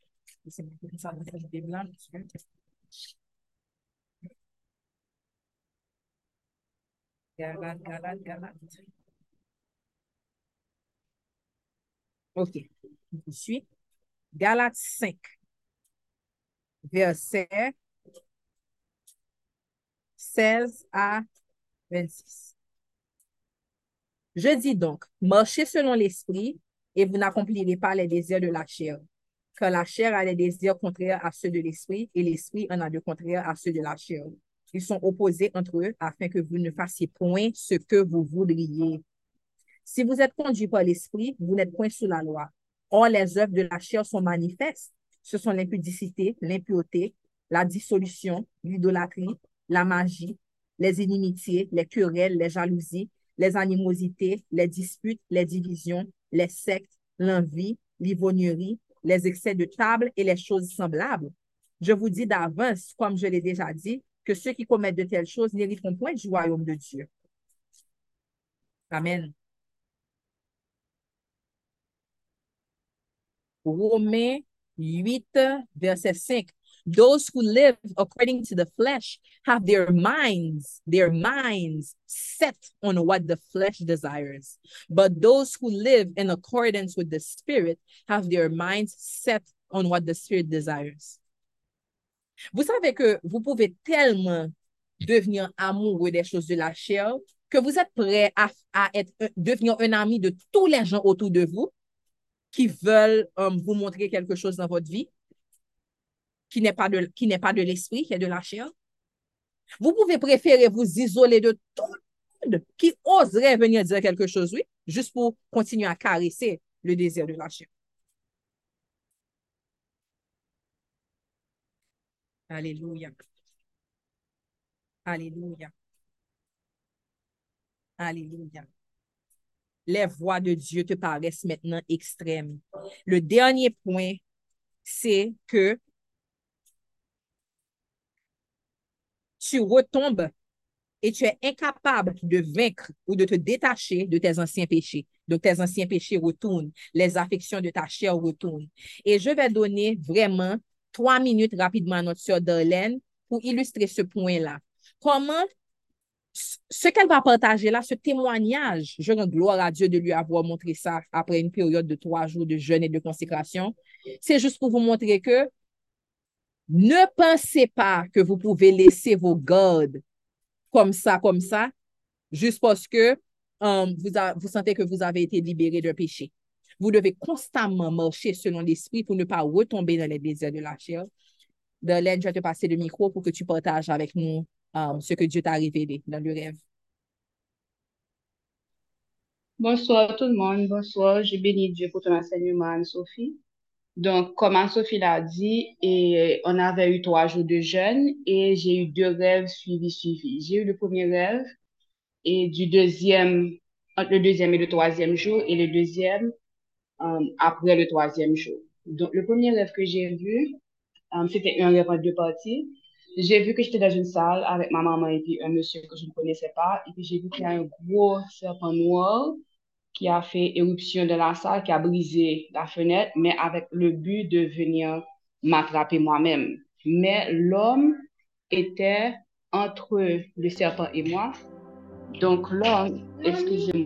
A: Galates. OK. Je suis. Galates 5, verset 16 à 26. Je dis donc, marchez selon l'esprit et vous n'accomplirez pas les désirs de la chair. Car la chair a des désirs contraires à ceux de l'esprit et l'esprit en a de contraires à ceux de la chair. Ils sont opposés entre eux afin que vous ne fassiez point ce que vous voudriez. Si vous êtes conduit par l'esprit, vous n'êtes point sous la loi. Or, les œuvres de la chair sont manifestes. Ce sont l'impudicité, l'impureté, la dissolution, l'idolâtrie, la magie, les inimitiés, les querelles, les jalousies, les animosités, les disputes, les divisions, les sectes, l'envie, l'ivrognerie, les excès de table et les choses semblables. Je vous dis d'avance, comme je l'ai déjà dit, que ceux qui commettent de telles choses n'hériteront point du royaume de Dieu. Amen. Romains 8, verset 5. Those who live according to the flesh have their minds set on what the flesh desires. But those who live in accordance with the Spirit have their minds set on what the Spirit desires. Vous savez que vous pouvez tellement devenir amoureux des choses de la chair que vous êtes prêt à devenir un ami de tous les gens autour de vous qui veulent vous montrer quelque chose dans votre vie qui n'est pas de l'esprit, qui est de la chair. Vous pouvez préférer vous isoler de tout le monde qui oserait venir dire quelque chose, oui, juste pour continuer à caresser le désir de la chair. Alléluia. Alléluia. Alléluia. Les voies de Dieu te paraissent maintenant extrêmes. Le dernier point, c'est que tu retombes et tu es incapable de vaincre ou de te détacher de tes anciens péchés. Donc, tes anciens péchés retournent, les affections de ta chair retournent. Et je vais donner vraiment 3 minutes rapidement à notre sœur Darlene pour illustrer ce point-là. Comment ce qu'elle va partager là, ce témoignage, je rends gloire à Dieu de lui avoir montré ça après une période de 3 jours de jeûne et de consécration. C'est juste pour vous montrer que ne pensez pas que vous pouvez laisser vos gardes comme ça, juste parce que vous sentez que vous avez été libéré d'un péché. Vous devez constamment marcher selon l'esprit pour ne pas retomber dans les désirs de la chair. Darlene, je vais te passer le micro pour que tu partages avec nous ce que Dieu t'a révélé dans le rêve.
D: Bonsoir tout le monde, bonsoir. Je bénis Dieu pour ton enseignement, Anne-Sophie. Donc, comme Anne-Sophie l'a dit, et on avait eu 3 jours de jeûne et j'ai eu 2 rêves suivis. J'ai eu le premier rêve et entre le deuxième et le troisième jour et le deuxième après le troisième jour. Donc, le premier rêve que j'ai vu, c'était un rêve en 2 parties. J'ai vu que j'étais dans une salle avec ma maman et puis un monsieur que je ne connaissais pas. Et puis j'ai vu qu'il y a un gros serpent noir qui a fait éruption de la salle, qui a brisé la fenêtre, mais avec le but de venir m'attraper moi-même. Mais l'homme était entre le serpent et moi. Donc l'homme, excusez-moi,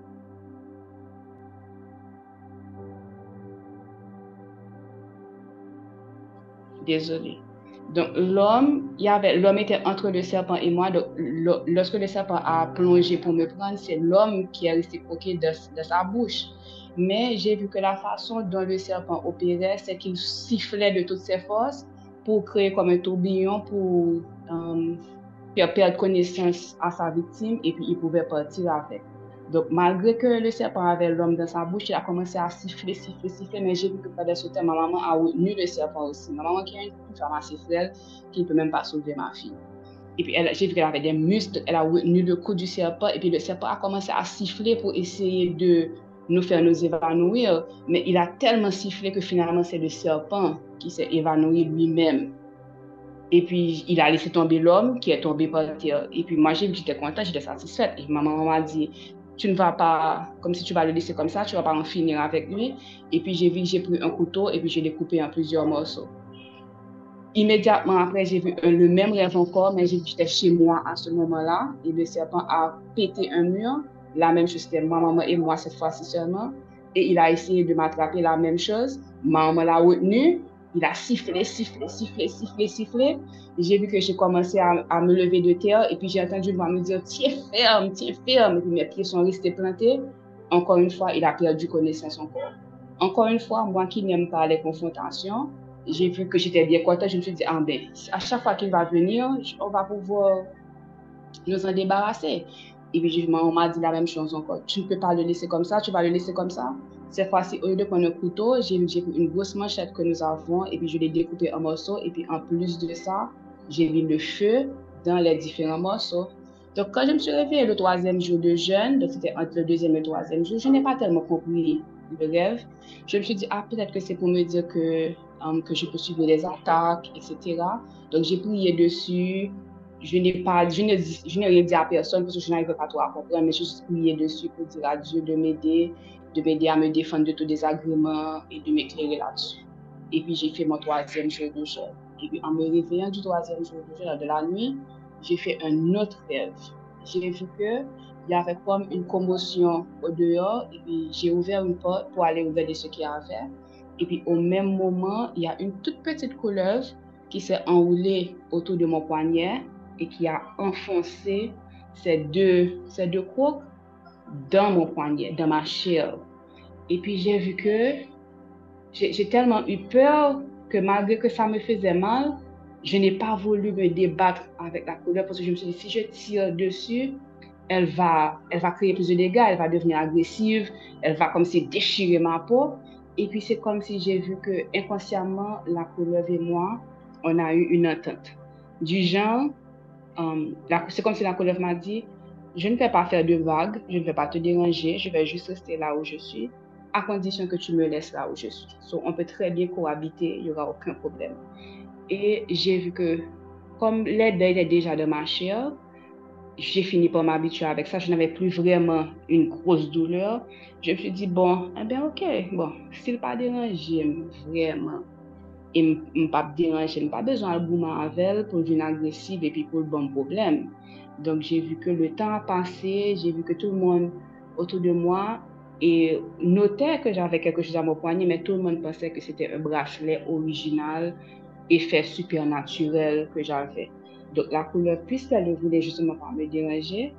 D: désolé. Donc l'homme était entre le serpent et moi. Donc lorsque le serpent a plongé pour me prendre, c'est l'homme qui est resté coqué de sa bouche. Mais j'ai vu que la façon dont le serpent opérait, c'est qu'il sifflait de toutes ses forces pour créer comme un tourbillon pour faire perdre connaissance à sa victime et puis il pouvait partir avec. Donc, malgré que le serpent avait l'homme dans sa bouche, il a commencé à siffler, mais j'ai vu que pendant ce temps, ma maman a retenu le serpent aussi. Ma maman qui est une femme assez frêle, qui ne peut même pas sauver ma fille. Et puis, j'ai vu qu'elle avait des muscles, elle a retenu le cou du serpent, et puis le serpent a commencé à siffler pour essayer de nous faire nous évanouir, mais il a tellement sifflé que finalement, c'est le serpent qui s'est évanoui lui-même. Et puis, il a laissé tomber l'homme qui est tombé par terre. Et puis, moi, j'étais contente, j'étais satisfaite. Et ma maman m'a dit, tu ne vas pas, comme si tu vas le laisser comme ça, tu ne vas pas en finir avec lui. Et puis, j'ai vu que j'ai pris un couteau et puis je l'ai coupé en plusieurs morceaux. Immédiatement après, j'ai vu le même rêve encore, mais j'étais chez moi à ce moment-là. Et le serpent a pété un mur. La même chose, c'était ma maman et moi cette fois-ci seulement. Et il a essayé de m'attraper la même chose. Ma maman l'a retenu. Il a sifflé. J'ai vu que j'ai commencé à me lever de terre. Et puis j'ai entendu une voix me dire, tiens ferme. Et puis mes pieds sont restés plantés. Encore une fois, il a perdu connaissance encore. Encore une fois, moi qui n'aime pas les confrontations, j'ai vu que j'étais bien contente. Je me suis dit, ah ben, à chaque fois qu'il va venir, on va pouvoir nous en débarrasser. Et puis, on m'a dit la même chose encore. Tu ne peux pas le laisser comme ça, tu vas le laisser comme ça. Cette fois-ci, au lieu de prendre un couteau, j'ai pris une grosse manchette que nous avons et puis je l'ai découpée en morceaux. Et puis, en plus de ça, j'ai mis le feu dans les différents morceaux. Donc, quand je me suis réveillée le troisième jour de jeûne, donc c'était entre le deuxième et le troisième jour, je n'ai pas tellement compris le rêve. Je me suis dit, ah, peut-être que c'est pour me dire que je peux suivre les attaques, etc. Donc, j'ai prié dessus. Je n'ai rien dit à personne parce que je n'arrivais pas trop à comprendre, mais je suis prié dessus pour dire à Dieu de m'aider à me défendre de tout désagrément et de m'éclairer là-dessus. Et puis, j'ai fait mon troisième jour de jeûne. Et puis, en me réveillant du troisième jour de jeûne de la nuit, j'ai fait un autre rêve. J'ai vu qu'il y avait comme une commotion au dehors et puis j'ai ouvert une porte pour aller regarder ce qu'il y avait. Et puis, au même moment, il y a une toute petite couleuvre qui s'est enroulée autour de mon poignet et qui a enfoncé ces deux crocs dans mon poignet, dans ma chair. Et puis j'ai vu que j'ai tellement eu peur que malgré que ça me faisait mal, je n'ai pas voulu me débattre avec la couleuvre parce que je me suis dit, si je tire dessus, elle va créer plus de dégâts, elle va devenir agressive, elle va comme si déchirer ma peau. Et puis c'est comme si j'ai vu que inconsciemment, la couleuvre et moi, on a eu une entente. Du genre, c'est comme si la couleuvre m'a dit, je ne vais pas faire de vagues, je ne vais pas te déranger, je vais juste rester là où je suis, à condition que tu me laisses là où je suis. So, on peut très bien cohabiter, il n'y aura aucun problème. Et j'ai vu que, comme les dents étaient déjà de ma chair, j'ai fini par m'habituer avec ça. Je n'avais plus vraiment une grosse douleur. Je me suis dit, bon, eh bien, ok, bon, s'il pas dérangé, vraiment, et me pas déranger, me pas besoin de gourmand avec pour une agressive et puis pour le bon problème. Donc, j'ai vu que le temps a passé, j'ai vu que tout le monde autour de moi et notait que j'avais quelque chose à mon poignet, mais tout le monde pensait que c'était un bracelet original, effet supernaturel que j'avais. Donc, la couleur, puisqu'elle voulait justement pas me déranger,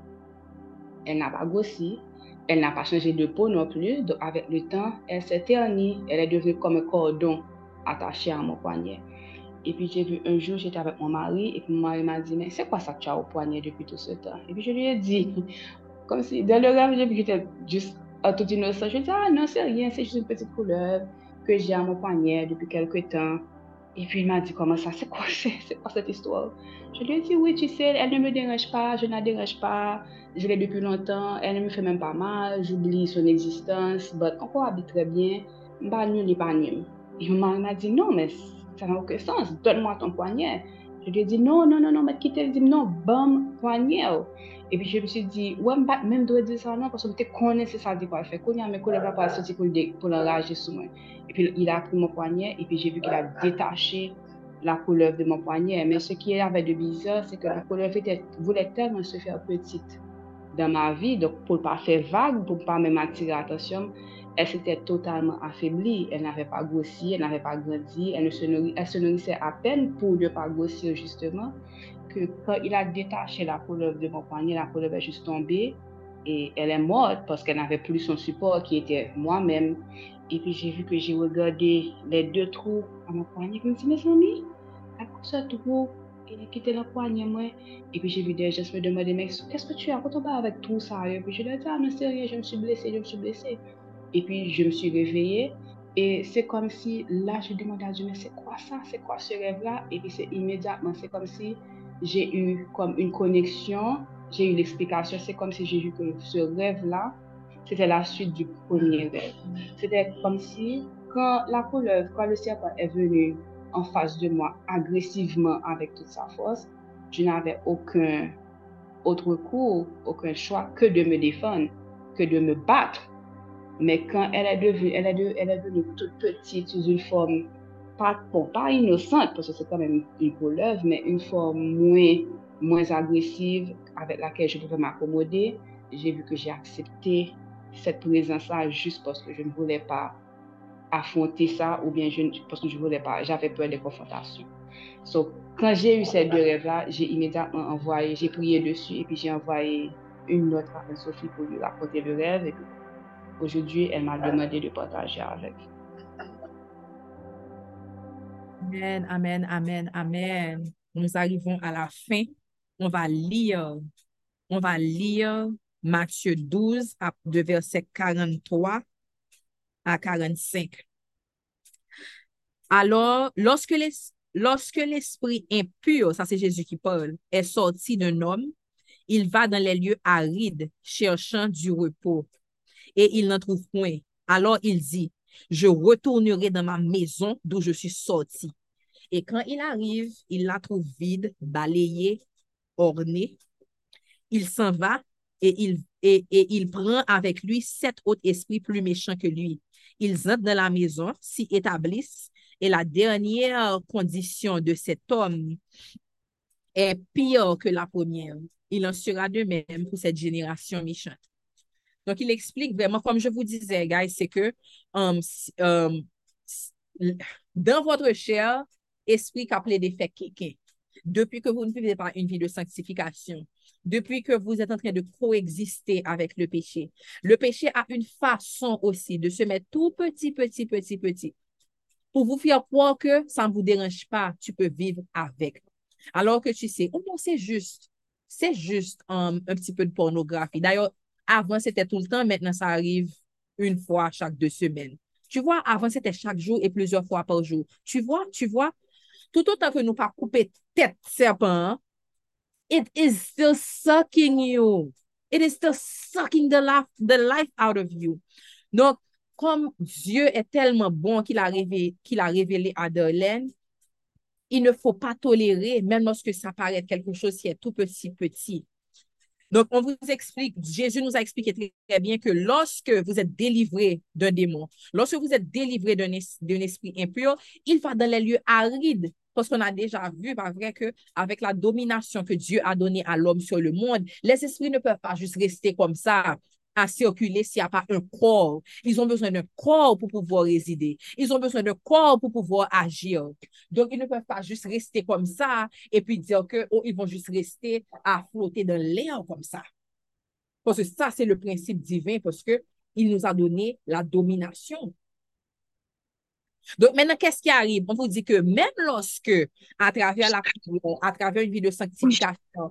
D: elle n'a pas grossi, elle n'a pas changé de peau non plus. Donc, avec le temps, elle s'est ternie, elle est devenue comme un cordon attaché à mon poignet. Et puis, j'ai vu un jour, j'étais avec mon mari, et puis mon mari m'a dit, mais c'est quoi ça que tu as au poignet depuis tout ce temps? Et puis, je lui ai dit, comme si, dans le rêve, j'ai vu que j'étais juste en toute innocent. Je lui ai dit, ah non, c'est rien, c'est juste une petite couleur que j'ai à mon poignet depuis quelque temps. Et puis, il m'a dit, comment ça, c'est quoi cette histoire? Je lui ai dit, oui, tu sais, elle ne me dérange pas, je ne la dérange pas, je l'ai depuis longtemps, elle ne me fait même pas mal, j'oublie son existence, mais on cohabite très bien, pas nul ni pas nul. Et mon mari m'a dit, non, mais ça n'a aucun sens, donne-moi ton poignet. Je lui ai dit, non, non, non, non, mais quitte, elle dit, non, bam, poignet. Et puis je me suis dit, ouais, même doit dire ça, non, parce que je connais ça, dit quoi faire. Quand il y a mes collègues pas sorti pour l'enrager sur moi. Et puis il a pris mon poignet, et puis j'ai vu qu'il a détaché la couleur de mon poignet. Mais ce qui avait de bizarre, c'est que la couleur voulait tellement se faire petite dans ma vie, donc pour ne pas faire vague, pour ne pas même attirer l'attention, elle s'était totalement affaiblie. Elle n'avait pas grossi, elle n'avait pas grandi, elle se nourrissait à peine pour ne pas grossir justement. Que quand il a détaché la couleuvre de mon poignet, la couleuvre est juste tombée et elle est morte parce qu'elle n'avait plus son support qui était moi-même. Et puis j'ai vu que j'ai regardé les deux trous à mon poignet. Je me suis dit, mes amis, à quoi ce trou qui était le poignet, moi? Et puis j'ai vu des gens me demander, mais qu'est-ce que tu as quand on va avec tout ça? Et puis je leur ai dit, ah non, c'est rien, je me suis blessée, je me suis blessée. Et puis je me suis réveillée. Et c'est comme si, là, je demandais à Dieu, mais c'est quoi ça? C'est quoi ce rêve-là? Et puis c'est immédiatement, c'est comme si j'ai eu comme une connexion, j'ai eu l'explication. C'est comme si j'ai vu que ce rêve-là, c'était la suite du premier rêve. C'était comme si, quand le serpent est venu en face de moi agressivement avec toute sa force, je n'avais aucun autre recours, aucun choix que de me défendre, que de me battre. Mais quand elle est devenue toute petite, sous une forme, pas innocente, parce que c'est quand même une couleuvre, mais une forme moins agressive avec laquelle je pouvais m'accommoder, j'ai vu que j'ai accepté cette présence-là juste parce que je ne voulais pas affronter ça ou bien parce que je voulais pas, j'avais peur des confrontations. So, quand j'ai eu ces deux rêves-là, j'ai immédiatement envoyé, j'ai prié dessus et puis j'ai envoyé une note à Sophie pour lui raconter le rêve. Et puis, aujourd'hui, elle m'a demandé de partager avec.
A: Amen, amen, amen, amen. Nous arrivons à la fin. On va lire, on va lire Matthieu 12, de verset 43 à 45. Alors, lorsque l'esprit impur, ça c'est Jésus qui parle, est sorti d'un homme, il va dans les lieux arides, cherchant du repos, et il n'en trouve point. Alors il dit, je retournerai dans ma maison d'où je suis sorti. Et quand il arrive, il la trouve vide, balayée, ornée. Il s'en va et il prend avec lui 7 autres esprits plus méchants que lui. Ils entrent dans la maison, s'y établissent, et la dernière condition de cet homme est pire que la première. Il en sera de même pour cette génération méchante. Donc, il explique vraiment, comme je vous disais, guys, c'est que um, um, dans votre chair, esprit qui appelé des faits kéké, depuis que vous ne vivez pas une vie de sanctification, depuis que vous êtes en train de coexister avec le péché a une façon aussi de se mettre tout petit, petit, petit, petit, pour vous faire croire que ça ne vous dérange pas, tu peux vivre avec. Alors que tu sais, oh non, c'est juste un petit peu de pornographie. D'ailleurs, avant, c'était tout le temps, maintenant, ça arrive une fois chaque 2 semaines. Tu vois, avant, c'était chaque jour et plusieurs fois par jour. Tu vois, tout autant que nous pas couper tête serpent, it is still sucking you. It is still sucking the life out of you. Donc, comme Dieu est tellement bon qu'il a révélé à Darlene, il ne faut pas tolérer, même lorsque ça paraît quelque chose qui est tout petit, petit. Donc, on vous explique, Jésus nous a expliqué très bien que lorsque vous êtes délivré d'un démon, lorsque vous êtes délivré d'un esprit impur, il va dans les lieux arides. Parce qu'on a déjà vu, pas vrai, qu'avec la domination que Dieu a donnée à l'homme sur le monde, les esprits ne peuvent pas juste rester comme ça, à circuler s'il n'y a pas un corps. Ils ont besoin d'un corps pour pouvoir résider. Ils ont besoin d'un corps pour pouvoir agir. Donc, ils ne peuvent pas juste rester comme ça et puis dire que oh, ils vont juste rester à flotter dans l'air comme ça. Parce que ça, c'est le principe divin, parce que il nous a donné la domination. Donc, maintenant, qu'est-ce qui arrive? On vous dit que même lorsque, à travers la prière, à travers une vie de sanctification,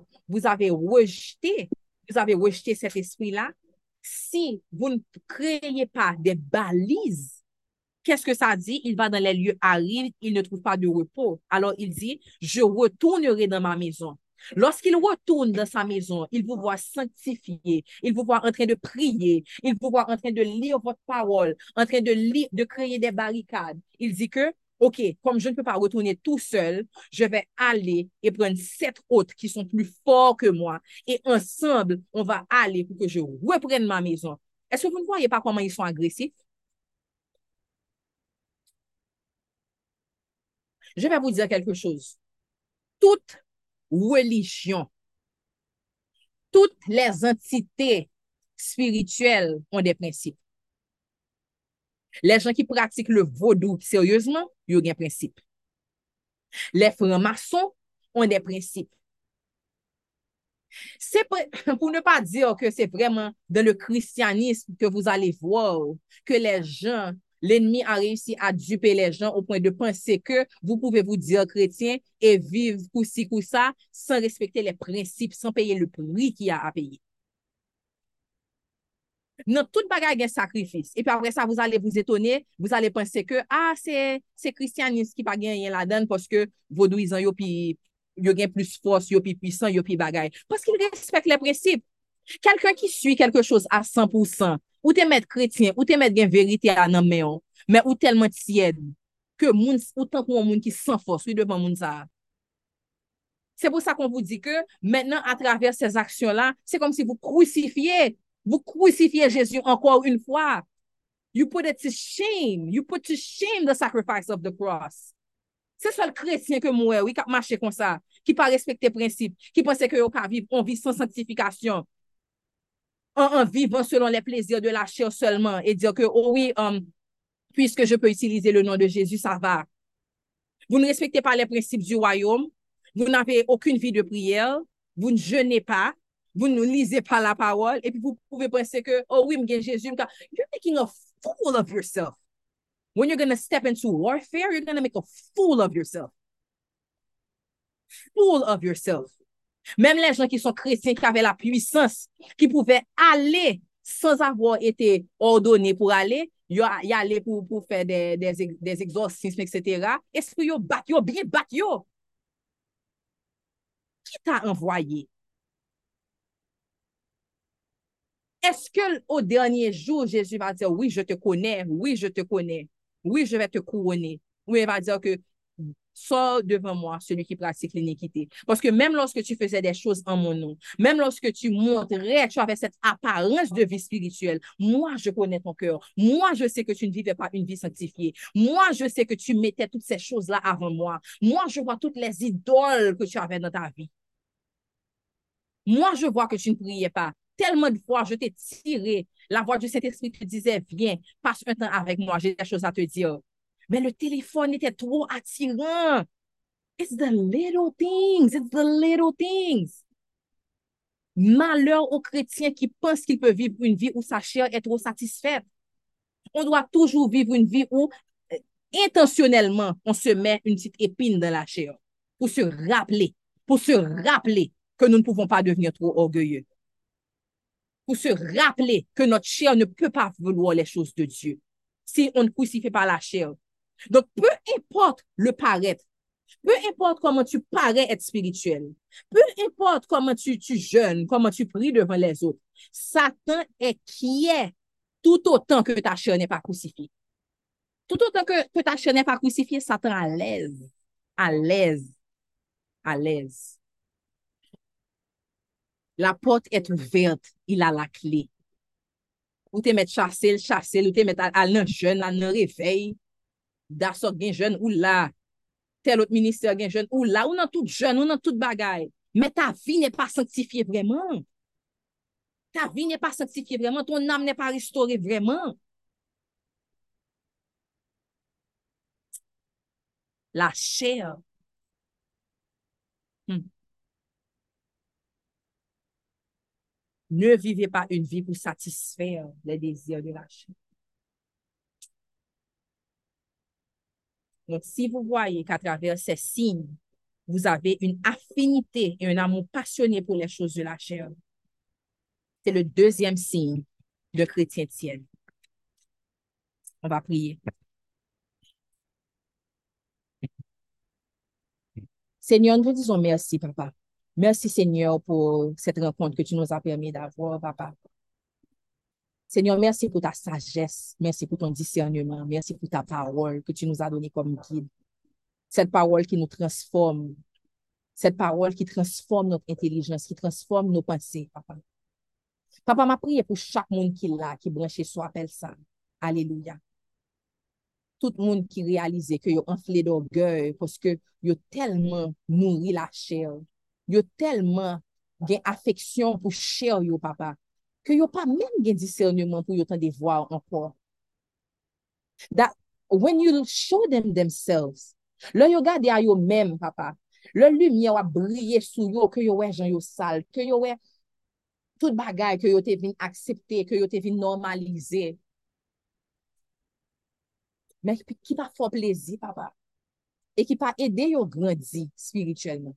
A: vous avez rejeté cet esprit-là, si vous ne créez pas des balises, qu'est-ce que ça dit? Il va dans les lieux arides, il ne trouve pas de repos. Alors il dit, je retournerai dans ma maison. Lorsqu'il retourne dans sa maison, il vous voit sanctifié, il vous voit en train de prier, il vous voit en train de lire votre parole, en train de lire, de créer des barricades. Il dit que, OK, comme je ne peux pas retourner tout seul, je vais aller et prendre 7 autres qui sont plus forts que moi. Et ensemble, on va aller pour que je reprenne ma maison. Est-ce que vous ne voyez pas comment ils sont agressifs? Je vais vous dire quelque chose. Toute religion, toutes les entités spirituelles ont des principes. Les gens qui pratiquent le vaudou sérieusement, ils ont des principes. Les francs-maçons ont des principes. C'est pour ne pas dire que c'est vraiment dans le christianisme que vous allez voir que les gens, l'ennemi a réussi à duper les gens au point de penser que vous pouvez vous dire chrétien et vivre coup-ci, coup-ça sans respecter les principes, sans payer le prix qu'il y a à payer. Non, tout bagage est un sacrifice. Et puis après ça, vous allez vous étonner, vous allez penser que ah, c'est christianisme qui pas gagné là-dedans parce que vaudouisant yo puis yo gagne plus force, yo puis puissant, yo puis bagage. Parce qu'il respecte les principes. Quelqu'un qui suit quelque chose à 100%, ou te mettre chrétien, ou te mettre gen vérité à nan men, mais ou tellement tiède que moun, ou tant qu'on moun qui sans force, oui devant moun ça. C'est pour ça qu'on vous dit que maintenant, à travers ces actions-là, c'est comme si vous crucifiez Jésus encore une fois. You put it to shame. You put to shame the sacrifice of the cross. C'est seul chrétien que moi, oui, qui a marché comme ça, qui pas respecté principe, qui pensait que yo ka vivre, on vit sans sanctification, en vivant selon les plaisirs de la chair seulement, et dire que, oh oui, puisque je peux utiliser le nom de Jésus, ça va. Vous ne respectez pas les principes du royaume, vous n'avez aucune vie de prière, vous ne jeûnez pas, vous ne lisez pas la parole, et puis vous pouvez penser que, oh oui, m'gen Jésus, you're making a fool of yourself. When you're going to step into warfare, you're going to make a fool of yourself. Fool of yourself. Même les gens qui sont chrétiens, qui avaient la puissance, qui pouvaient aller sans avoir été ordonnés pour aller, y aller pour faire des exorcismes, etc. Esprit yo bat yo, bien bat yo. Qui t'a envoyé? Est-ce que au dernier jour, Jésus va dire, oui, je te connais, oui, je te connais, oui, je vais te couronner. Oui, il va dire que sors devant moi celui qui pratique l'iniquité. Parce que même lorsque tu faisais des choses en mon nom, même lorsque tu montrais, tu avais cette apparence de vie spirituelle, moi, je connais ton cœur. Moi, je sais que tu ne vivais pas une vie sanctifiée. Moi, je sais que tu mettais toutes ces choses-là avant moi. Moi, je vois toutes les idoles que tu avais dans ta vie. Moi, je vois que tu ne priais pas. Tellement de fois, je t'ai tiré. La voix du Saint-Esprit te disait, viens, passe un temps avec moi, j'ai des choses à te dire. Mais le téléphone était trop attirant. It's the little things. It's the little things. Malheur aux chrétiens qui pensent qu'ils peuvent vivre une vie où sa chair est trop satisfaite. On doit toujours vivre une vie où, intentionnellement, on se met une petite épine dans la chair pour se rappeler que nous ne pouvons pas devenir trop orgueilleux. Pour se rappeler que notre chair ne peut pas vouloir les choses de Dieu si on ne crucifie pas la chair. Donc, peu importe le paraître, peu importe comment tu parais être spirituel, peu importe comment tu jeûnes, comment tu pries devant les autres, Satan est quiet tout autant que ta chair n'est pas crucifiée. Tout autant que ta chair n'est pas crucifiée, Satan à l'aise, à l'aise, à l'aise. La porte est ouverte, il a la clé. Ou te mettre chasser, ou te mettre à l'un jeune, à l'un réveil, d'assaut gen jeune, ou là, tel autre ministère gen jeune, ou là, ou dans tout jeune, ou dans toute bagaille. Mais ta vie n'est pas sanctifiée vraiment. Ta vie n'est pas sanctifiée vraiment. Ton âme n'est pas restaurée vraiment. La chair. Ne vivez pas une vie pour satisfaire les désirs de la chair. Donc, si vous voyez qu'à travers ces signes, vous avez une affinité et un amour passionné pour les choses de la chair, c'est le deuxième signe de chrétien tiède. On va prier. Seigneur, nous te disons merci, papa. Merci, Seigneur, pour cette rencontre que tu nous as permis d'avoir, papa. Seigneur, merci pour ta sagesse. Merci pour ton discernement. Merci pour ta parole que tu nous as donnée comme guide. Cette parole qui nous transforme. Cette parole qui transforme notre intelligence, qui transforme nos pensées, papa. Papa, m'a prié pour chaque monde qui est là, qui branché sur appel ça. Alléluia. Tout le monde qui réalise que yo enflé d'orgueil parce que yo tellement nourri la chair. Yo tellement gen affection pour chair yo, papa, que yo pas même gen discernement pour yo tan de voir encore. That when you show them themselves, le yo gade a yo même, papa, le lumière a brillé sous yo, que yo wè jan yo sale, que yo wè tout bagay que yo te vin accepter, que yo te vin normaliser. Mais qui pa fò plaisir, papa, et qui pa aider yo grandi spirituellement.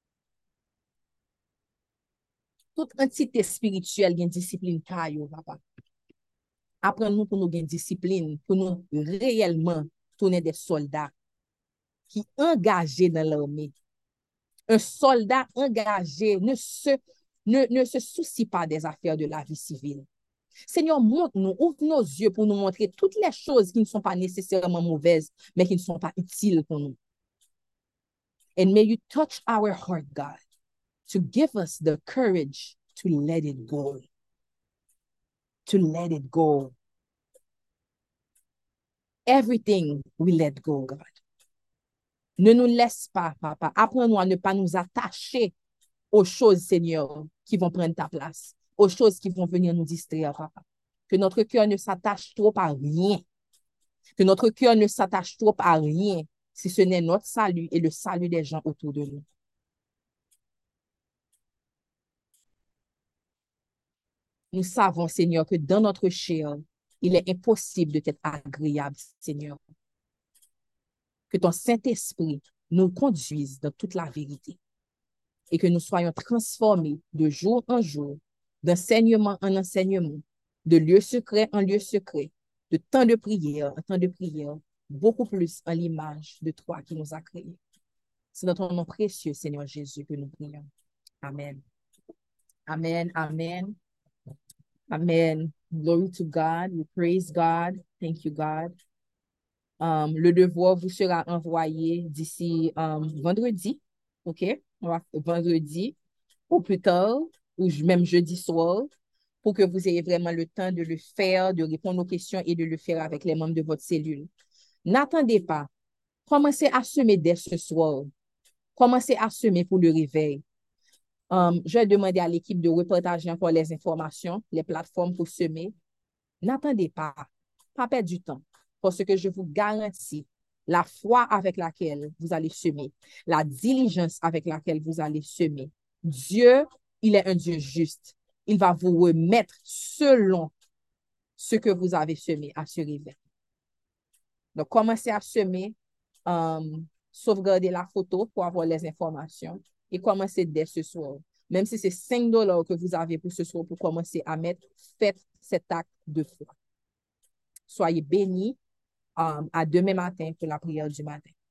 A: Toute entité spirituelle gen discipline ka yo, papa. Apprends-nous pour nous gen discipline, pour nous réellement tourner des soldats qui engagés dans l'armée. Un soldat engagé ne se soucie pas des affaires de la vie civile. Seigneur, montre-nous, ouvre nos yeux pour nous montrer toutes les choses qui ne sont pas nécessairement mauvaises, mais qui ne sont pas utiles pour nous. And may you touch our heart, God, to give us the courage to let it go. To let it go. Everything we let go, God. Ne nous laisse pas, papa. Apprends-nous à ne pas nous attacher aux choses, Seigneur, qui vont prendre ta place, aux choses qui vont venir nous distraire, papa. Que notre cœur ne s'attache trop à rien. Que notre cœur ne s'attache trop à rien si ce n'est notre salut et le salut des gens autour de nous. Nous savons, Seigneur, que dans notre chair, il est impossible de t'être agréable, Seigneur. Que ton Saint-Esprit nous conduise dans toute la vérité et que nous soyons transformés de jour en jour, d'enseignement en enseignement, de lieu secret en lieu secret, de temps de prière en temps de prière, beaucoup plus en l'image de toi qui nous a créés. C'est dans ton nom précieux, Seigneur Jésus, que nous prions. Amen. Amen. Amen. Amen. Glory to God. We praise God. Thank you, God. Le devoir vous sera envoyé d'ici vendredi. OK? Vendredi ou plus tard, ou même jeudi soir, pour que vous ayez vraiment le temps de le faire, de répondre aux questions et de le faire avec les membres de votre cellule. N'attendez pas. Commencez à semer dès ce soir. Commencez à semer pour le réveil. Je vais demander à l'équipe de repartager encore les informations, les plateformes pour semer. N'attendez pas. Pas perdre du temps. Parce que je vous garantis la foi avec laquelle vous allez semer, la diligence avec laquelle vous allez semer. Dieu, il est un Dieu juste. Il va vous remettre selon ce que vous avez semé à ce réveil. Donc, commencez à semer, sauvegarder la photo pour avoir les informations et commencez dès ce soir. Même si c'est 5 $ que vous avez pour ce soir pour commencer à mettre, faites cet acte de foi. Soyez bénis. À demain matin pour la prière du matin.